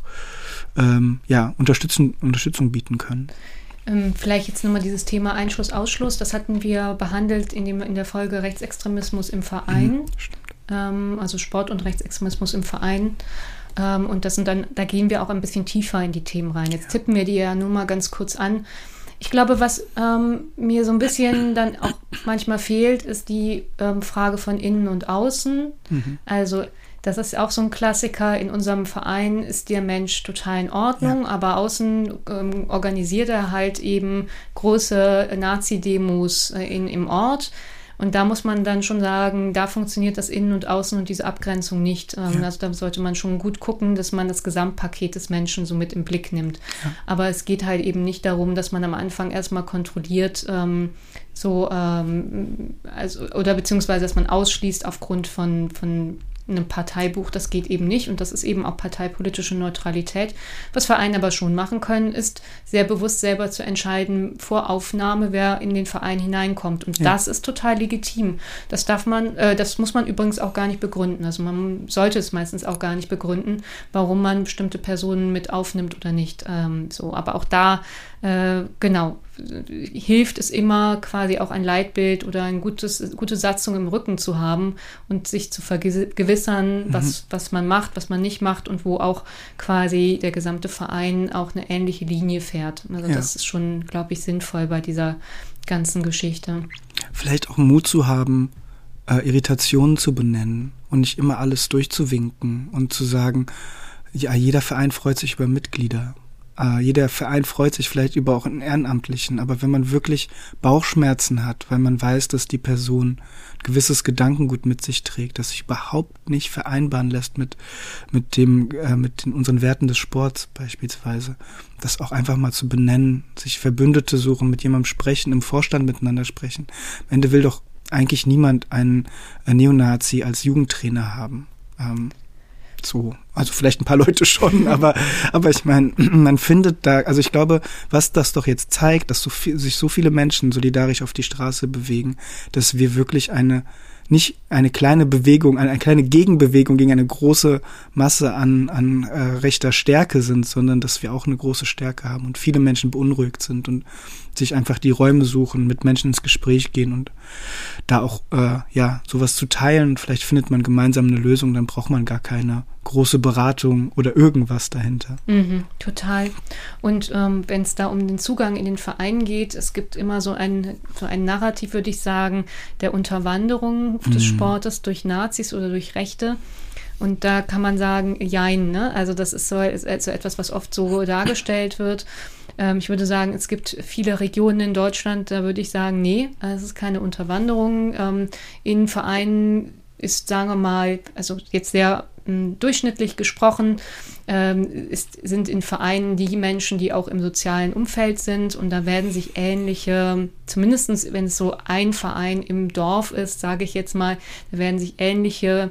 ähm, ja, Unterstützung, Unterstützung bieten können.
Ähm, vielleicht jetzt nochmal dieses Thema Einschluss, Ausschluss, das hatten wir behandelt in, dem, in der Folge Rechtsextremismus im Verein, mhm, ähm, also Sport und Rechtsextremismus im Verein. Und das sind dann, da gehen wir auch ein bisschen tiefer in die Themen rein. Jetzt tippen wir die ja nur mal ganz kurz an. Ich glaube, was ähm, mir so ein bisschen dann auch manchmal fehlt, ist die ähm, Frage von innen und außen. Mhm. Also das ist auch so ein Klassiker. In unserem Verein ist der Mensch total in Ordnung, ja. aber außen ähm, organisiert er halt eben große Nazi-Demos äh, in, im Ort. Und da muss man dann schon sagen, da funktioniert das Innen und Außen und diese Abgrenzung nicht. Ähm, ja. Also da sollte man schon gut gucken, dass man das Gesamtpaket des Menschen so mit im Blick nimmt. Ja. Aber es geht halt eben nicht darum, dass man am Anfang erstmal kontrolliert, ähm, so, ähm, also, oder beziehungsweise, dass man ausschließt aufgrund von, von einem Parteibuch, das geht eben nicht und das ist eben auch parteipolitische Neutralität. Was Vereine aber schon machen können, ist sehr bewusst selber zu entscheiden vor Aufnahme, wer in den Verein hineinkommt und ja. das ist total legitim. Das darf man, äh, das muss man übrigens auch gar nicht begründen. Also man sollte es meistens auch gar nicht begründen, warum man bestimmte Personen mit aufnimmt oder nicht. Ähm, so, aber auch da Äh, genau, hilft es immer, quasi auch ein Leitbild oder eine gutes, gute Satzung im Rücken zu haben und sich zu vergewissern, mhm. was, was man macht, was man nicht macht und wo auch quasi der gesamte Verein auch eine ähnliche Linie fährt. Also ja. das ist schon, glaube ich, sinnvoll bei dieser ganzen Geschichte.
Vielleicht auch Mut zu haben, äh, Irritationen zu benennen und nicht immer alles durchzuwinken und zu sagen, ja, jeder Verein freut sich über Mitglieder. Uh, jeder Verein freut sich vielleicht über auch einen Ehrenamtlichen, aber wenn man wirklich Bauchschmerzen hat, weil man weiß, dass die Person ein gewisses Gedankengut mit sich trägt, das sich überhaupt nicht vereinbaren lässt mit mit dem äh, mit den, unseren Werten des Sports beispielsweise, das auch einfach mal zu benennen, sich Verbündete suchen, mit jemandem sprechen, im Vorstand miteinander sprechen. Am Ende will doch eigentlich niemand einen, einen Neonazi als Jugendtrainer haben. Ähm, So, also vielleicht ein paar Leute schon, aber aber ich meine, man findet da, also ich glaube, was das doch jetzt zeigt, dass so viel, sich so viele Menschen solidarisch auf die Straße bewegen, dass wir wirklich eine, nicht eine kleine Bewegung, eine, eine kleine Gegenbewegung gegen eine große Masse an an äh, rechter Stärke sind, sondern dass wir auch eine große Stärke haben und viele Menschen beunruhigt sind und sich einfach die Räume suchen, mit Menschen ins Gespräch gehen und da auch äh, ja sowas zu teilen. Vielleicht findet man gemeinsam eine Lösung, dann braucht man gar keine große Beratung oder irgendwas dahinter.
Mhm, total. Und ähm, wenn es da um den Zugang in den Verein geht, es gibt immer so ein, so ein Narrativ, würde ich sagen, der Unterwanderung des mhm. Sportes durch Nazis oder durch Rechte. Und da kann man sagen, jein, ne? Also das ist so, ist so etwas, was oft so dargestellt wird. Ähm, ich würde sagen, es gibt viele Regionen in Deutschland, da würde ich sagen, nee, es ist keine Unterwanderung. Ähm, in Vereinen ist, sagen wir mal, also jetzt sehr m, durchschnittlich gesprochen, ähm, ist, sind in Vereinen die Menschen, die auch im sozialen Umfeld sind und da werden sich ähnliche, zumindest wenn es so ein Verein im Dorf ist, sage ich jetzt mal, da werden sich ähnliche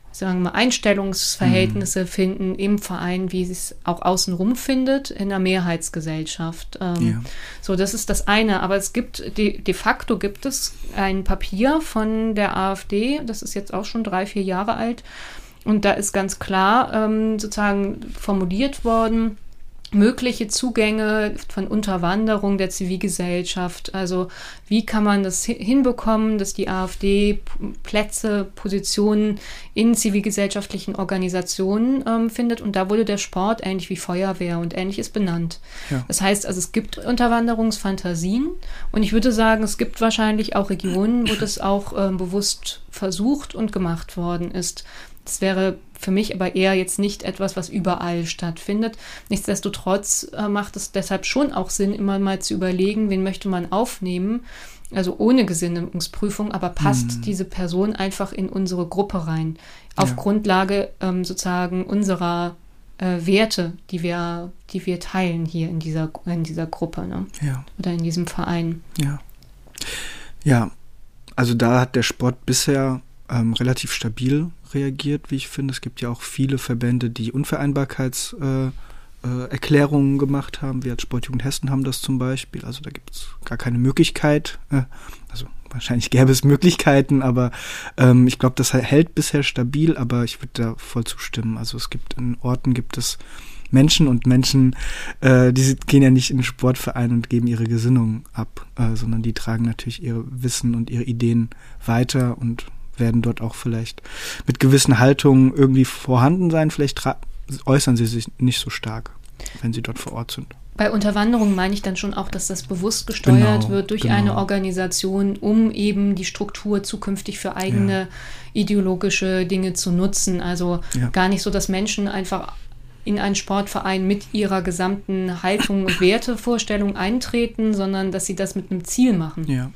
sagen wir, Einstellungsverhältnisse mhm. finden im Verein, wie es auch außenrum findet, in der Mehrheitsgesellschaft. Ähm, ja. So, das ist das eine. Aber es gibt, de, de facto gibt es ein Papier von der AfD, das ist jetzt auch schon drei, vier Jahre alt. Und da ist ganz klar ähm, sozusagen formuliert worden, mögliche Zugänge von Unterwanderung der Zivilgesellschaft. Also wie kann man das hinbekommen, dass die AfD Plätze, Positionen in zivilgesellschaftlichen Organisationen ähm, findet? Und da wurde der Sport ähnlich wie Feuerwehr und Ähnliches benannt. Ja. Das heißt, also es gibt Unterwanderungsfantasien und ich würde sagen, es gibt wahrscheinlich auch Regionen, wo das auch ähm, bewusst versucht und gemacht worden ist. Das wäre für mich aber eher jetzt nicht etwas, was überall stattfindet. Nichtsdestotrotz äh, macht es deshalb schon auch Sinn, immer mal zu überlegen, wen möchte man aufnehmen, also ohne Gesinnungsprüfung, aber passt hm. diese Person einfach in unsere Gruppe rein, auf ja. Grundlage ähm, sozusagen unserer äh, Werte, die wir, die wir teilen hier in dieser, in dieser Gruppe, ne? Ja. Oder in diesem Verein.
Ja. Ja, also da hat der Sport bisher ähm, relativ stabil reagiert, wie ich finde. Es gibt ja auch viele Verbände, die Unvereinbarkeitserklärungen äh, äh, gemacht haben. Wir als Sportjugend Hessen haben das zum Beispiel. Also da gibt es gar keine Möglichkeit. Äh, also wahrscheinlich gäbe es Möglichkeiten, aber ähm, ich glaube, das hält bisher stabil, aber ich würde da voll zustimmen. Also es gibt in Orten gibt es Menschen und Menschen, äh, die gehen ja nicht in den Sportverein und geben ihre Gesinnung ab, äh, sondern die tragen natürlich ihr Wissen und ihre Ideen weiter und werden dort auch vielleicht mit gewissen Haltungen irgendwie vorhanden sein. Vielleicht tra- äußern sie sich nicht so stark, wenn sie dort vor Ort sind.
Bei Unterwanderung meine ich dann schon auch, dass das bewusst gesteuert genau, wird durch genau. eine Organisation, um eben die Struktur zukünftig für eigene ja. ideologische Dinge zu nutzen. Also ja. gar nicht so, dass Menschen einfach in einen Sportverein mit ihrer gesamten Haltung und Wertevorstellung eintreten, sondern dass sie das mit einem Ziel machen. Ja.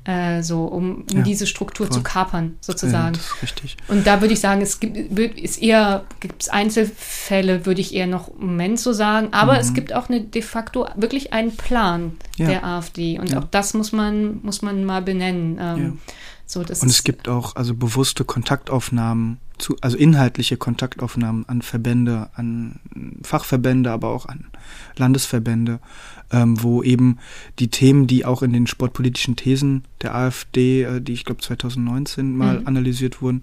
So, um, um ja, diese Struktur voll. zu kapern, sozusagen. Ja, das ist richtig. Und da würde ich sagen, es gibt ist eher, gibt es Einzelfälle, würde ich eher noch im Moment so sagen, aber mhm. es gibt auch eine de facto wirklich einen Plan ja. der AfD und ja. auch das muss man, muss man mal benennen. Ähm, ja. so, das
und es gibt auch also bewusste Kontaktaufnahmen, zu, also inhaltliche Kontaktaufnahmen an Verbände, an Fachverbände, aber auch an Landesverbände, ähm, wo eben die Themen, die auch in den sportpolitischen Thesen der AfD, äh, die ich glaube zwanzig neunzehn mal mhm. analysiert wurden,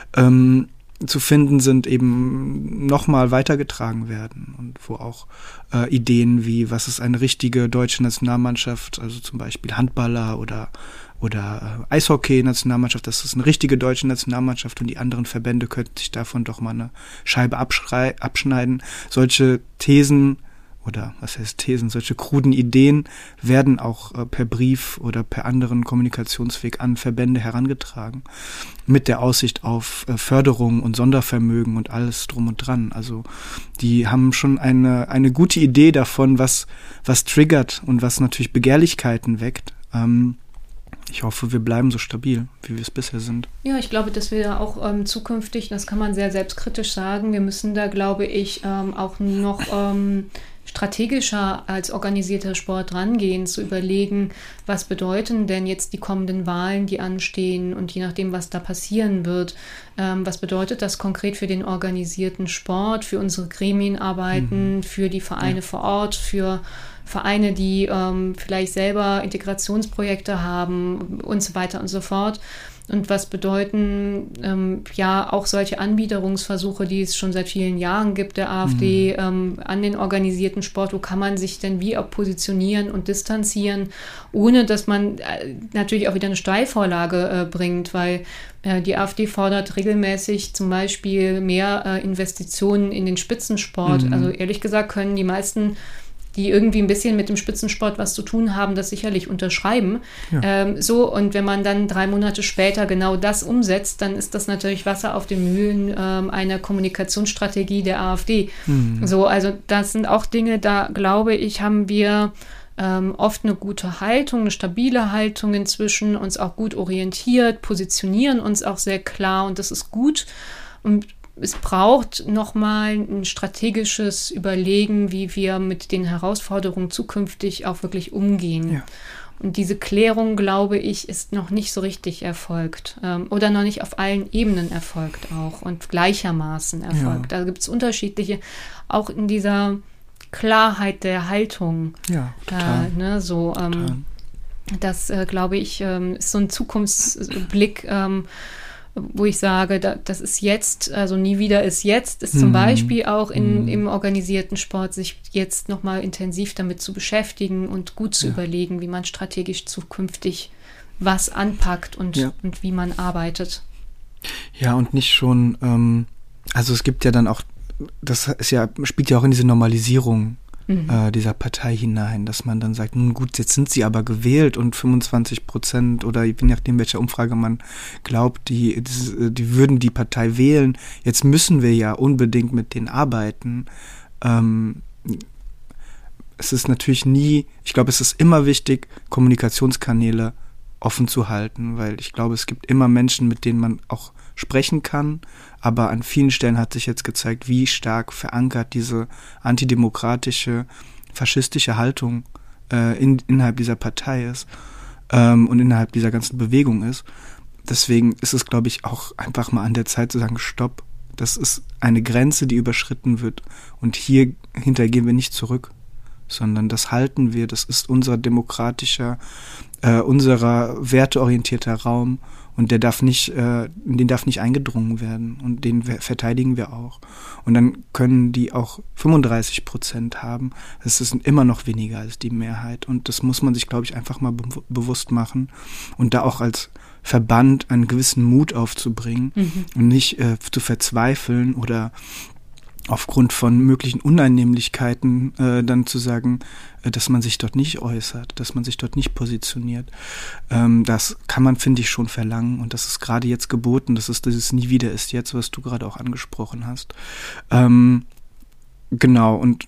ähm, zu finden sind, eben nochmal weitergetragen werden und wo auch äh, Ideen wie, was ist eine richtige deutsche Nationalmannschaft, also zum Beispiel Handballer oder oder äh, Eishockey-Nationalmannschaft, das ist eine richtige deutsche Nationalmannschaft und die anderen Verbände könnten sich davon doch mal eine Scheibe abschrei- abschneiden. Solche Thesen oder was heißt Thesen, solche kruden Ideen werden auch äh, per Brief oder per anderen Kommunikationsweg an Verbände herangetragen, mit der Aussicht auf äh, Förderung und Sondervermögen und alles drum und dran. Also die haben schon eine eine gute Idee davon, was was triggert und was natürlich Begehrlichkeiten weckt. Ähm, Ich hoffe, wir bleiben so stabil, wie wir es bisher sind.
Ja, ich glaube, dass wir da auch ähm, zukünftig, das kann man sehr selbstkritisch sagen, wir müssen da, glaube ich, ähm, auch noch ähm, strategischer als organisierter Sport rangehen, zu überlegen, was bedeuten denn jetzt die kommenden Wahlen, die anstehen und je nachdem, was da passieren wird, ähm, was bedeutet das konkret für den organisierten Sport, für unsere Gremienarbeiten, mhm. für die Vereine ja. vor Ort, für Vereine, die ähm, vielleicht selber Integrationsprojekte haben und so weiter und so fort. Und was bedeuten ähm, ja auch solche Anbiederungsversuche, die es schon seit vielen Jahren gibt, der AfD, mhm. ähm, an den organisierten Sport? Wo kann man sich denn wie auch positionieren und distanzieren, ohne dass man äh, natürlich auch wieder eine Steilvorlage äh, bringt, weil äh, die AfD fordert regelmäßig zum Beispiel mehr äh, Investitionen in den Spitzensport. Mhm. Also ehrlich gesagt können die meisten, die irgendwie ein bisschen mit dem Spitzensport was zu tun haben, das sicherlich unterschreiben. Ja. Ähm, so, und wenn man dann drei Monate später genau das umsetzt, dann ist das natürlich Wasser auf den Mühlen ähm, einer Kommunikationsstrategie der AfD. Mhm. So, also das sind auch Dinge, da glaube ich, haben wir ähm, oft eine gute Haltung, eine stabile Haltung inzwischen, uns auch gut orientiert, positionieren uns auch sehr klar und das ist gut. Und es braucht nochmal ein strategisches Überlegen, wie wir mit den Herausforderungen zukünftig auch wirklich umgehen. Ja. Und diese Klärung, glaube ich, ist noch nicht so richtig erfolgt ähm, oder noch nicht auf allen Ebenen erfolgt auch und gleichermaßen erfolgt. Ja. Da gibt es unterschiedliche, auch in dieser Klarheit der Haltung.
Ja, total.
Äh, ne, so, ähm, total. Das, äh, glaube ich, ähm, ist so ein Zukunftsblick, ähm, wo ich sage, da, das ist jetzt, also nie wieder ist jetzt, ist zum mhm. Beispiel auch in, mhm. im organisierten Sport, sich jetzt nochmal intensiv damit zu beschäftigen und gut zu ja. überlegen, wie man strategisch zukünftig was anpackt und, ja. und wie man arbeitet.
Ja, und nicht schon, ähm, also es gibt ja dann auch, das ist ja, spielt ja auch in diese Normalisierung Mhm. Äh, dieser Partei hinein, dass man dann sagt, nun gut, jetzt sind sie aber gewählt und fünfundzwanzig Prozent oder je nachdem, welcher Umfrage man glaubt, die, die, die würden die Partei wählen. Jetzt müssen wir ja unbedingt mit denen arbeiten. Ähm, es ist natürlich nie, ich glaube, es ist immer wichtig, Kommunikationskanäle offen zu halten, weil ich glaube, es gibt immer Menschen, mit denen man auch sprechen kann, aber an vielen Stellen hat sich jetzt gezeigt, wie stark verankert diese antidemokratische, faschistische Haltung äh, in, innerhalb dieser Partei ist ähm, und innerhalb dieser ganzen Bewegung ist. Deswegen ist es, glaube ich, auch einfach mal an der Zeit zu sagen, stopp, das ist eine Grenze, die überschritten wird und hier hinter gehen wir nicht zurück, sondern das halten wir, das ist unser demokratischer, äh, unserer werteorientierter Raum. Und der darf nicht, äh, in den darf nicht eingedrungen werden. Und den verteidigen wir auch. Und dann können die auch fünfunddreißig Prozent haben. Das ist immer noch weniger als die Mehrheit. Und das muss man sich, glaube ich, einfach mal be- bewusst machen. Und da auch als Verband einen gewissen Mut aufzubringen. Mhm. Und nicht äh, zu verzweifeln oder aufgrund von möglichen Unannehmlichkeiten äh, dann zu sagen, äh, dass man sich dort nicht äußert, dass man sich dort nicht positioniert. Ähm, das kann man, finde ich, schon verlangen und das ist gerade jetzt geboten, das ist dieses Nie wieder ist jetzt, was du gerade auch angesprochen hast. Ähm, genau, und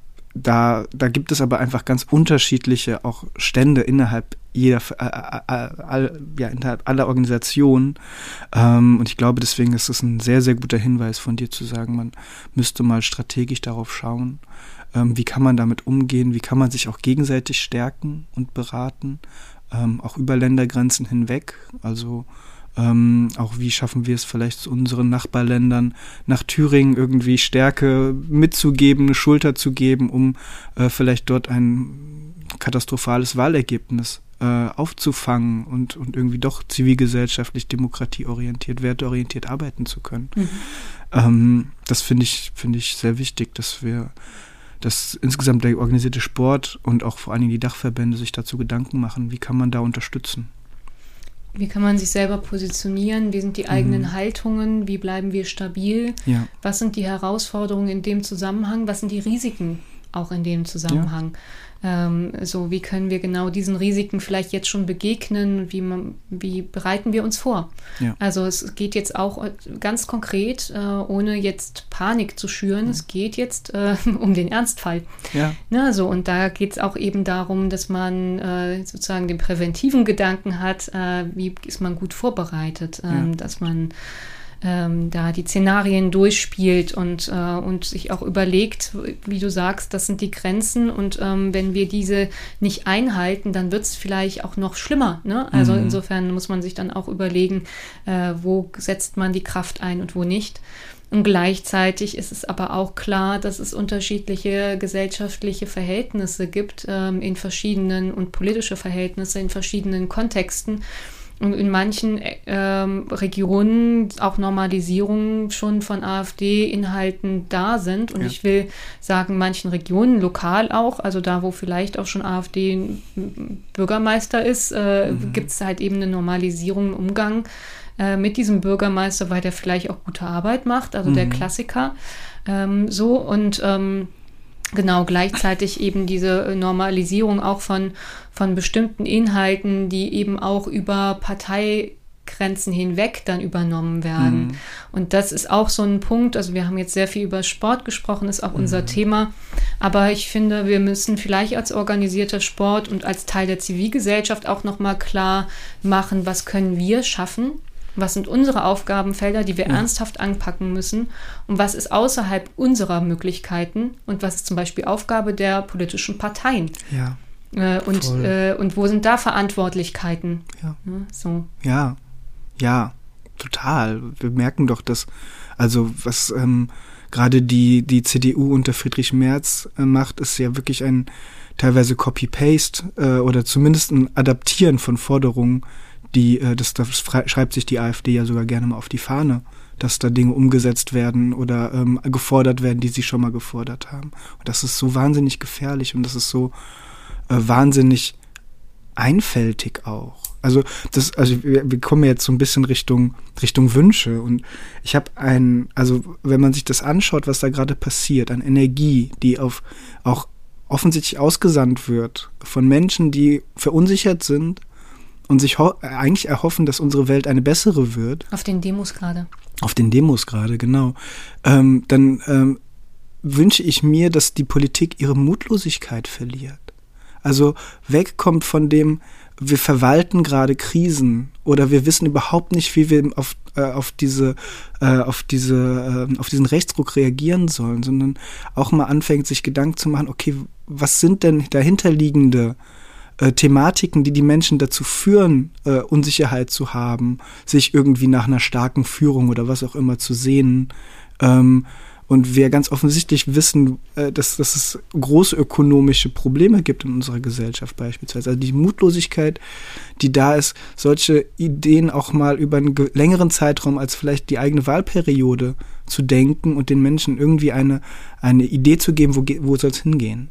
da, da gibt es aber einfach ganz unterschiedliche auch Stände innerhalb jeder, äh, äh, äh, ja, innerhalb aller Organisationen. Ähm, und ich glaube, deswegen ist es ein sehr, sehr guter Hinweis von dir zu sagen, man müsste mal strategisch darauf schauen, ähm, wie kann man damit umgehen, wie kann man sich auch gegenseitig stärken und beraten, ähm, auch über Ländergrenzen hinweg. Also Ähm, auch wie schaffen wir es vielleicht zu unseren Nachbarländern nach Thüringen irgendwie Stärke mitzugeben, eine Schulter zu geben, um äh, vielleicht dort ein katastrophales Wahlergebnis äh, aufzufangen und, und irgendwie doch zivilgesellschaftlich, demokratieorientiert, werteorientiert arbeiten zu können. Mhm. Ähm, das finde ich, finde ich sehr wichtig, dass wir, dass insgesamt der organisierte Sport und auch vor allen Dingen die Dachverbände sich dazu Gedanken machen, wie kann man da unterstützen.
Wie kann man sich selber positionieren? Wie sind die eigenen mhm. Haltungen? Wie bleiben wir stabil?
Ja.
Was sind die Herausforderungen in dem Zusammenhang? Was sind die Risiken auch in dem Zusammenhang? Ja. Ähm, so, wie können wir genau diesen Risiken vielleicht jetzt schon begegnen? Wie, man, wie bereiten wir uns vor? Ja. Also es geht jetzt auch ganz konkret, äh, ohne jetzt Panik zu schüren, mhm. es geht jetzt äh, um den Ernstfall.
Ja.
Na, so, und da geht es auch eben darum, dass man äh, sozusagen den präventiven Gedanken hat, äh, wie ist man gut vorbereitet, äh, ja. dass man Ähm, da die Szenarien durchspielt und, äh, und sich auch überlegt, wie du sagst, das sind die Grenzen und ähm, wenn wir diese nicht einhalten, dann wird es vielleicht auch noch schlimmer. Ne? Also mhm. insofern muss man sich dann auch überlegen, äh, wo setzt man die Kraft ein und wo nicht. Und gleichzeitig ist es aber auch klar, dass es unterschiedliche gesellschaftliche Verhältnisse gibt ähm, in verschiedenen und politische Verhältnisse in verschiedenen Kontexten. Und in manchen ähm, Regionen auch Normalisierungen schon von AfD-Inhalten da sind. Und ja. ich will sagen, in manchen Regionen, lokal auch, also da, wo vielleicht auch schon AfD-Bürgermeister ist, äh, mhm. gibt es halt eben eine Normalisierung im Umgang äh, mit diesem Bürgermeister, weil der vielleicht auch gute Arbeit macht, also mhm. der Klassiker. Ähm, so und ähm, Genau, gleichzeitig eben diese Normalisierung auch von, von bestimmten Inhalten, die eben auch über Parteigrenzen hinweg dann übernommen werden. Mhm. Und das ist auch so ein Punkt, also wir haben jetzt sehr viel über Sport gesprochen, ist auch mhm. unser Thema, aber ich finde, wir müssen vielleicht als organisierter Sport und als Teil der Zivilgesellschaft auch nochmal klar machen, was können wir schaffen? Was sind unsere Aufgabenfelder, die wir ja. ernsthaft anpacken müssen? Und was ist außerhalb unserer Möglichkeiten? Und was ist zum Beispiel Aufgabe der politischen Parteien?
Ja.
Äh, und, äh, und wo sind da Verantwortlichkeiten?
Ja.
Ja, so.
Ja, ja, total. Wir merken doch, dass, also was ähm, gerade die, die C D U unter Friedrich Merz äh, macht, ist ja wirklich ein teilweise Copy-Paste äh, oder zumindest ein Adaptieren von Forderungen, die, äh, das, das schreibt sich die AfD ja sogar gerne mal auf die Fahne, dass da Dinge umgesetzt werden oder ähm, gefordert werden, die sie schon mal gefordert haben. Und das ist so wahnsinnig gefährlich und das ist so äh, wahnsinnig einfältig auch. Also das, also wir, wir kommen jetzt so ein bisschen Richtung Richtung Wünsche und ich habe ein, also wenn man sich das anschaut, was da gerade passiert, an Energie, die auf auch offensichtlich ausgesandt wird von Menschen, die verunsichert sind und sich ho- eigentlich erhoffen, dass unsere Welt eine bessere wird.
Auf den Demos gerade.
Auf den Demos gerade, genau. Ähm, dann ähm, wünsche ich mir, dass die Politik ihre Mutlosigkeit verliert. Also wegkommt von dem, wir verwalten gerade Krisen oder wir wissen überhaupt nicht, wie wir auf, äh, auf diese, äh, auf diese, äh, auf diesen Rechtsruck reagieren sollen, sondern auch mal anfängt, sich Gedanken zu machen, okay, was sind denn dahinterliegende äh, Thematiken, die die Menschen dazu führen, äh, Unsicherheit zu haben, sich irgendwie nach einer starken Führung oder was auch immer zu sehnen, ähm, und wir ganz offensichtlich wissen, äh, dass, dass es große ökonomische Probleme gibt in unserer Gesellschaft beispielsweise. Also die Mutlosigkeit, die da ist, solche Ideen auch mal über einen ge- längeren Zeitraum als vielleicht die eigene Wahlperiode zu denken und den Menschen irgendwie eine, eine Idee zu geben, wo, ge- wo soll es hingehen.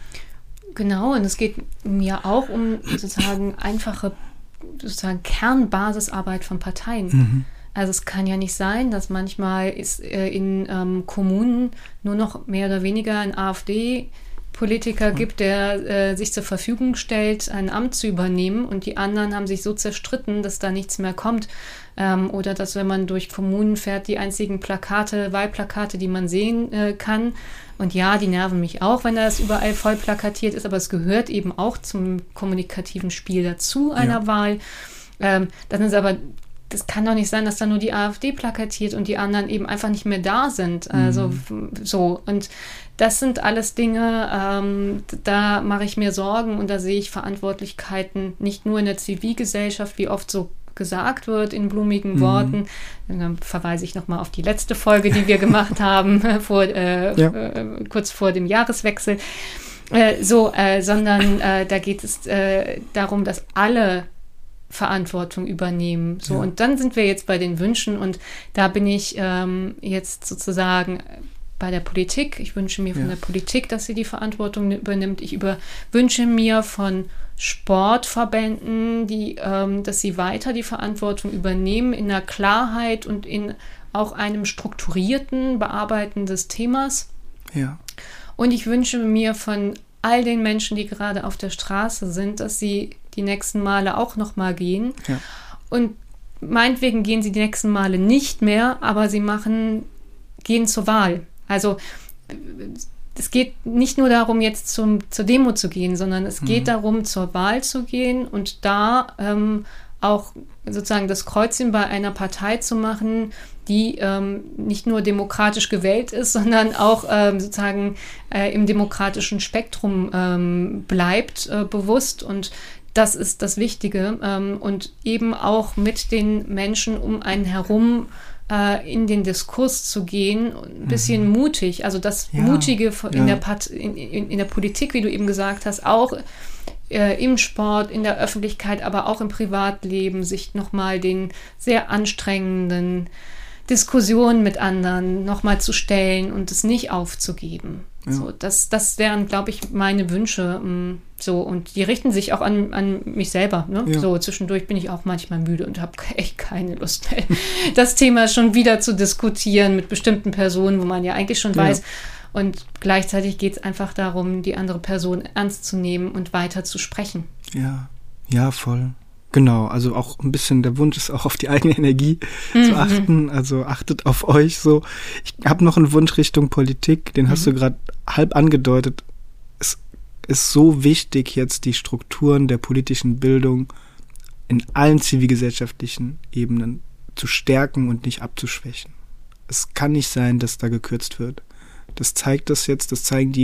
Genau, und es geht mir auch um sozusagen einfache sozusagen Kernbasisarbeit von Parteien. Mhm. Also es kann ja nicht sein, dass manchmal ist äh, in ähm, Kommunen nur noch mehr oder weniger ein AfD-Politiker gibt, der äh, sich zur Verfügung stellt, ein Amt zu übernehmen und die anderen haben sich so zerstritten, dass da nichts mehr kommt. Ähm, oder dass, wenn man durch Kommunen fährt, die einzigen Plakate, Wahlplakate, die man sehen äh, kann. Und ja, die nerven mich auch, wenn das überall voll plakatiert ist, aber es gehört eben auch zum kommunikativen Spiel dazu, einer ja. Wahl. Ähm, dann ist aber Das kann doch nicht sein, dass da nur die AfD plakatiert und die anderen eben einfach nicht mehr da sind. Also mhm. so. Und das sind alles Dinge, ähm, da mache ich mir Sorgen und da sehe ich Verantwortlichkeiten nicht nur in der Zivilgesellschaft, wie oft so gesagt wird in blumigen mhm. Worten. Dann verweise ich nochmal auf die letzte Folge, die wir gemacht haben, vor, äh, ja. äh, kurz vor dem Jahreswechsel. Äh, so, äh, sondern äh, da geht es äh, darum, dass alle Verantwortung übernehmen. So, ja. Und dann sind wir jetzt bei den Wünschen und da bin ich ähm, jetzt sozusagen bei der Politik. Ich wünsche mir von ja. der Politik, dass sie die Verantwortung übernimmt. Ich über, wünsche mir von Sportverbänden, die, ähm, dass sie weiter die Verantwortung übernehmen in der Klarheit und in auch einem strukturierten Bearbeiten des Themas.
Ja.
Und ich wünsche mir von all den Menschen, die gerade auf der Straße sind, dass sie die nächsten Male auch nochmal gehen. Ja. Und meinetwegen gehen sie die nächsten Male nicht mehr, aber sie machen, gehen zur Wahl. Also es geht nicht nur darum, jetzt zum, zur Demo zu gehen, sondern es geht mhm. darum, zur Wahl zu gehen und da ähm, auch sozusagen das Kreuzchen bei einer Partei zu machen, die ähm, nicht nur demokratisch gewählt ist, sondern auch ähm, sozusagen äh, im demokratischen Spektrum ähm, bleibt, äh, bewusst. Und das ist das Wichtige. Ähm, und eben auch mit den Menschen um einen herum äh, in den Diskurs zu gehen, ein bisschen mhm. mutig. Also das ja. Mutige in, ja. der Part- in, in, in der Politik, wie du eben gesagt hast, auch äh, im Sport, in der Öffentlichkeit, aber auch im Privatleben, sich nochmal den sehr anstrengenden Diskussionen mit anderen nochmal zu stellen und es nicht aufzugeben. Ja. So, das, das wären, glaube ich, meine Wünsche. So, und die richten sich auch an, an mich selber. Ne? Ja. So, zwischendurch bin ich auch manchmal müde und habe echt keine Lust mehr, das Thema schon wieder zu diskutieren mit bestimmten Personen, wo man ja eigentlich schon ja. weiß. Und gleichzeitig geht es einfach darum, die andere Person ernst zu nehmen und weiter zu sprechen.
Ja, ja, voll. Genau, also auch ein bisschen der Wunsch ist auch auf die eigene Energie mhm. zu achten, also achtet auf euch so. Ich habe noch einen Wunsch Richtung Politik, den mhm. hast du gerade halb angedeutet. Es ist so wichtig, jetzt die Strukturen der politischen Bildung in allen zivilgesellschaftlichen Ebenen zu stärken und nicht abzuschwächen. Es kann nicht sein, dass da gekürzt wird. Das zeigt das jetzt, das zeigen die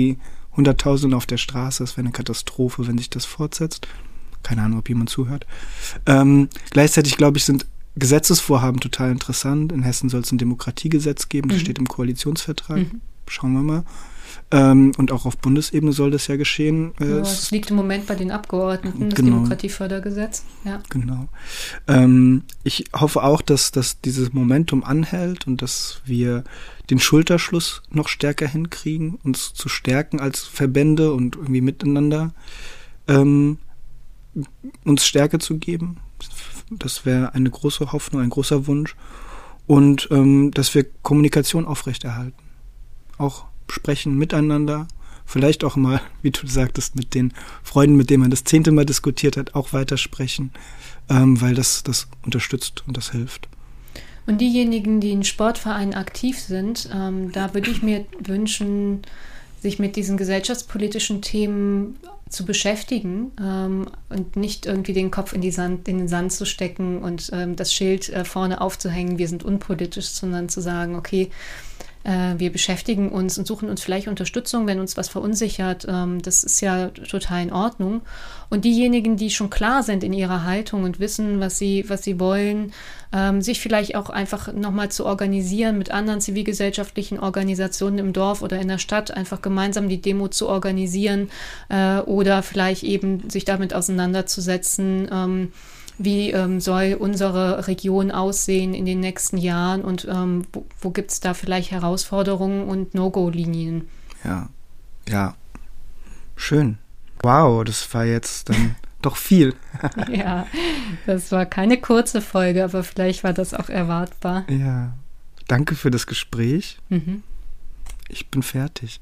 Hunderttausende auf der Straße. Es wäre eine Katastrophe, wenn sich das fortsetzt. Keine Ahnung, ob jemand zuhört. Ähm, gleichzeitig, glaube ich, sind Gesetzesvorhaben total interessant. In Hessen soll es ein Demokratiegesetz geben, das mhm. steht im Koalitionsvertrag. Mhm. Schauen wir mal. Ähm, und auch auf Bundesebene soll das ja geschehen.
Ja, es liegt im Moment bei den Abgeordneten, das
genau.
Demokratiefördergesetz. Ja.
Genau. Ähm, ich hoffe auch, dass, dass dieses Momentum anhält und dass wir den Schulterschluss noch stärker hinkriegen, uns zu stärken als Verbände und irgendwie miteinander ähm, uns Stärke zu geben. Das wäre eine große Hoffnung, ein großer Wunsch. Und ähm, dass wir Kommunikation aufrechterhalten. Auch sprechen miteinander, vielleicht auch mal, wie du sagtest, mit den Freunden, mit denen man das zehnte Mal diskutiert hat, auch weitersprechen, ähm, weil das, das unterstützt und das hilft.
Und diejenigen, die in Sportvereinen aktiv sind, ähm, da würde ich mir wünschen, sich mit diesen gesellschaftspolitischen Themen zu beschäftigen ähm, und nicht irgendwie den Kopf in, die Sand, in den Sand zu stecken und ähm, das Schild äh, vorne aufzuhängen, wir sind unpolitisch, sondern zu sagen, okay, wir beschäftigen uns und suchen uns vielleicht Unterstützung, wenn uns was verunsichert. Das ist ja total in Ordnung. Und diejenigen, die schon klar sind in ihrer Haltung und wissen, was sie, was sie wollen, sich vielleicht auch einfach nochmal zu organisieren mit anderen zivilgesellschaftlichen Organisationen im Dorf oder in der Stadt, einfach gemeinsam die Demo zu organisieren oder vielleicht eben sich damit auseinanderzusetzen, wie ähm, soll unsere Region aussehen in den nächsten Jahren und ähm, wo, wo gibt es da vielleicht Herausforderungen und No-Go-Linien?
Ja, ja, schön. Wow, das war jetzt dann doch viel.
Ja, das war keine kurze Folge, aber vielleicht war das auch erwartbar.
Ja, danke für das Gespräch. Mhm. Ich bin fertig.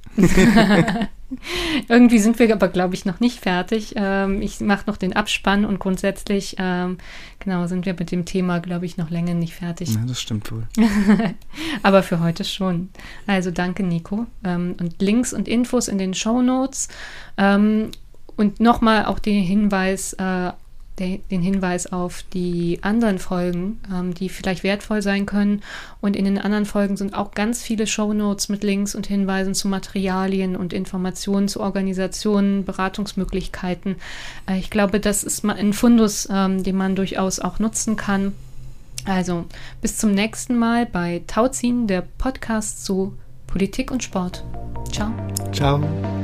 Irgendwie sind wir aber, glaube ich, noch nicht fertig. Ähm, ich mache noch den Abspann und grundsätzlich, ähm, genau, sind wir mit dem Thema, glaube ich, noch länger nicht fertig.
Ja, das stimmt wohl.
Aber für heute schon. Also danke, Nico. Ähm, und Links und Infos in den Shownotes. Ähm, und nochmal auch den Hinweis, äh, den Hinweis auf die anderen Folgen, ähm, die vielleicht wertvoll sein können. Und in den anderen Folgen sind auch ganz viele Shownotes mit Links und Hinweisen zu Materialien und Informationen zu Organisationen, Beratungsmöglichkeiten. Äh, ich glaube, das ist mal ein Fundus, ähm, den man durchaus auch nutzen kann. Also bis zum nächsten Mal bei Tauziehen, der Podcast zu Politik und Sport. Ciao.
Ciao.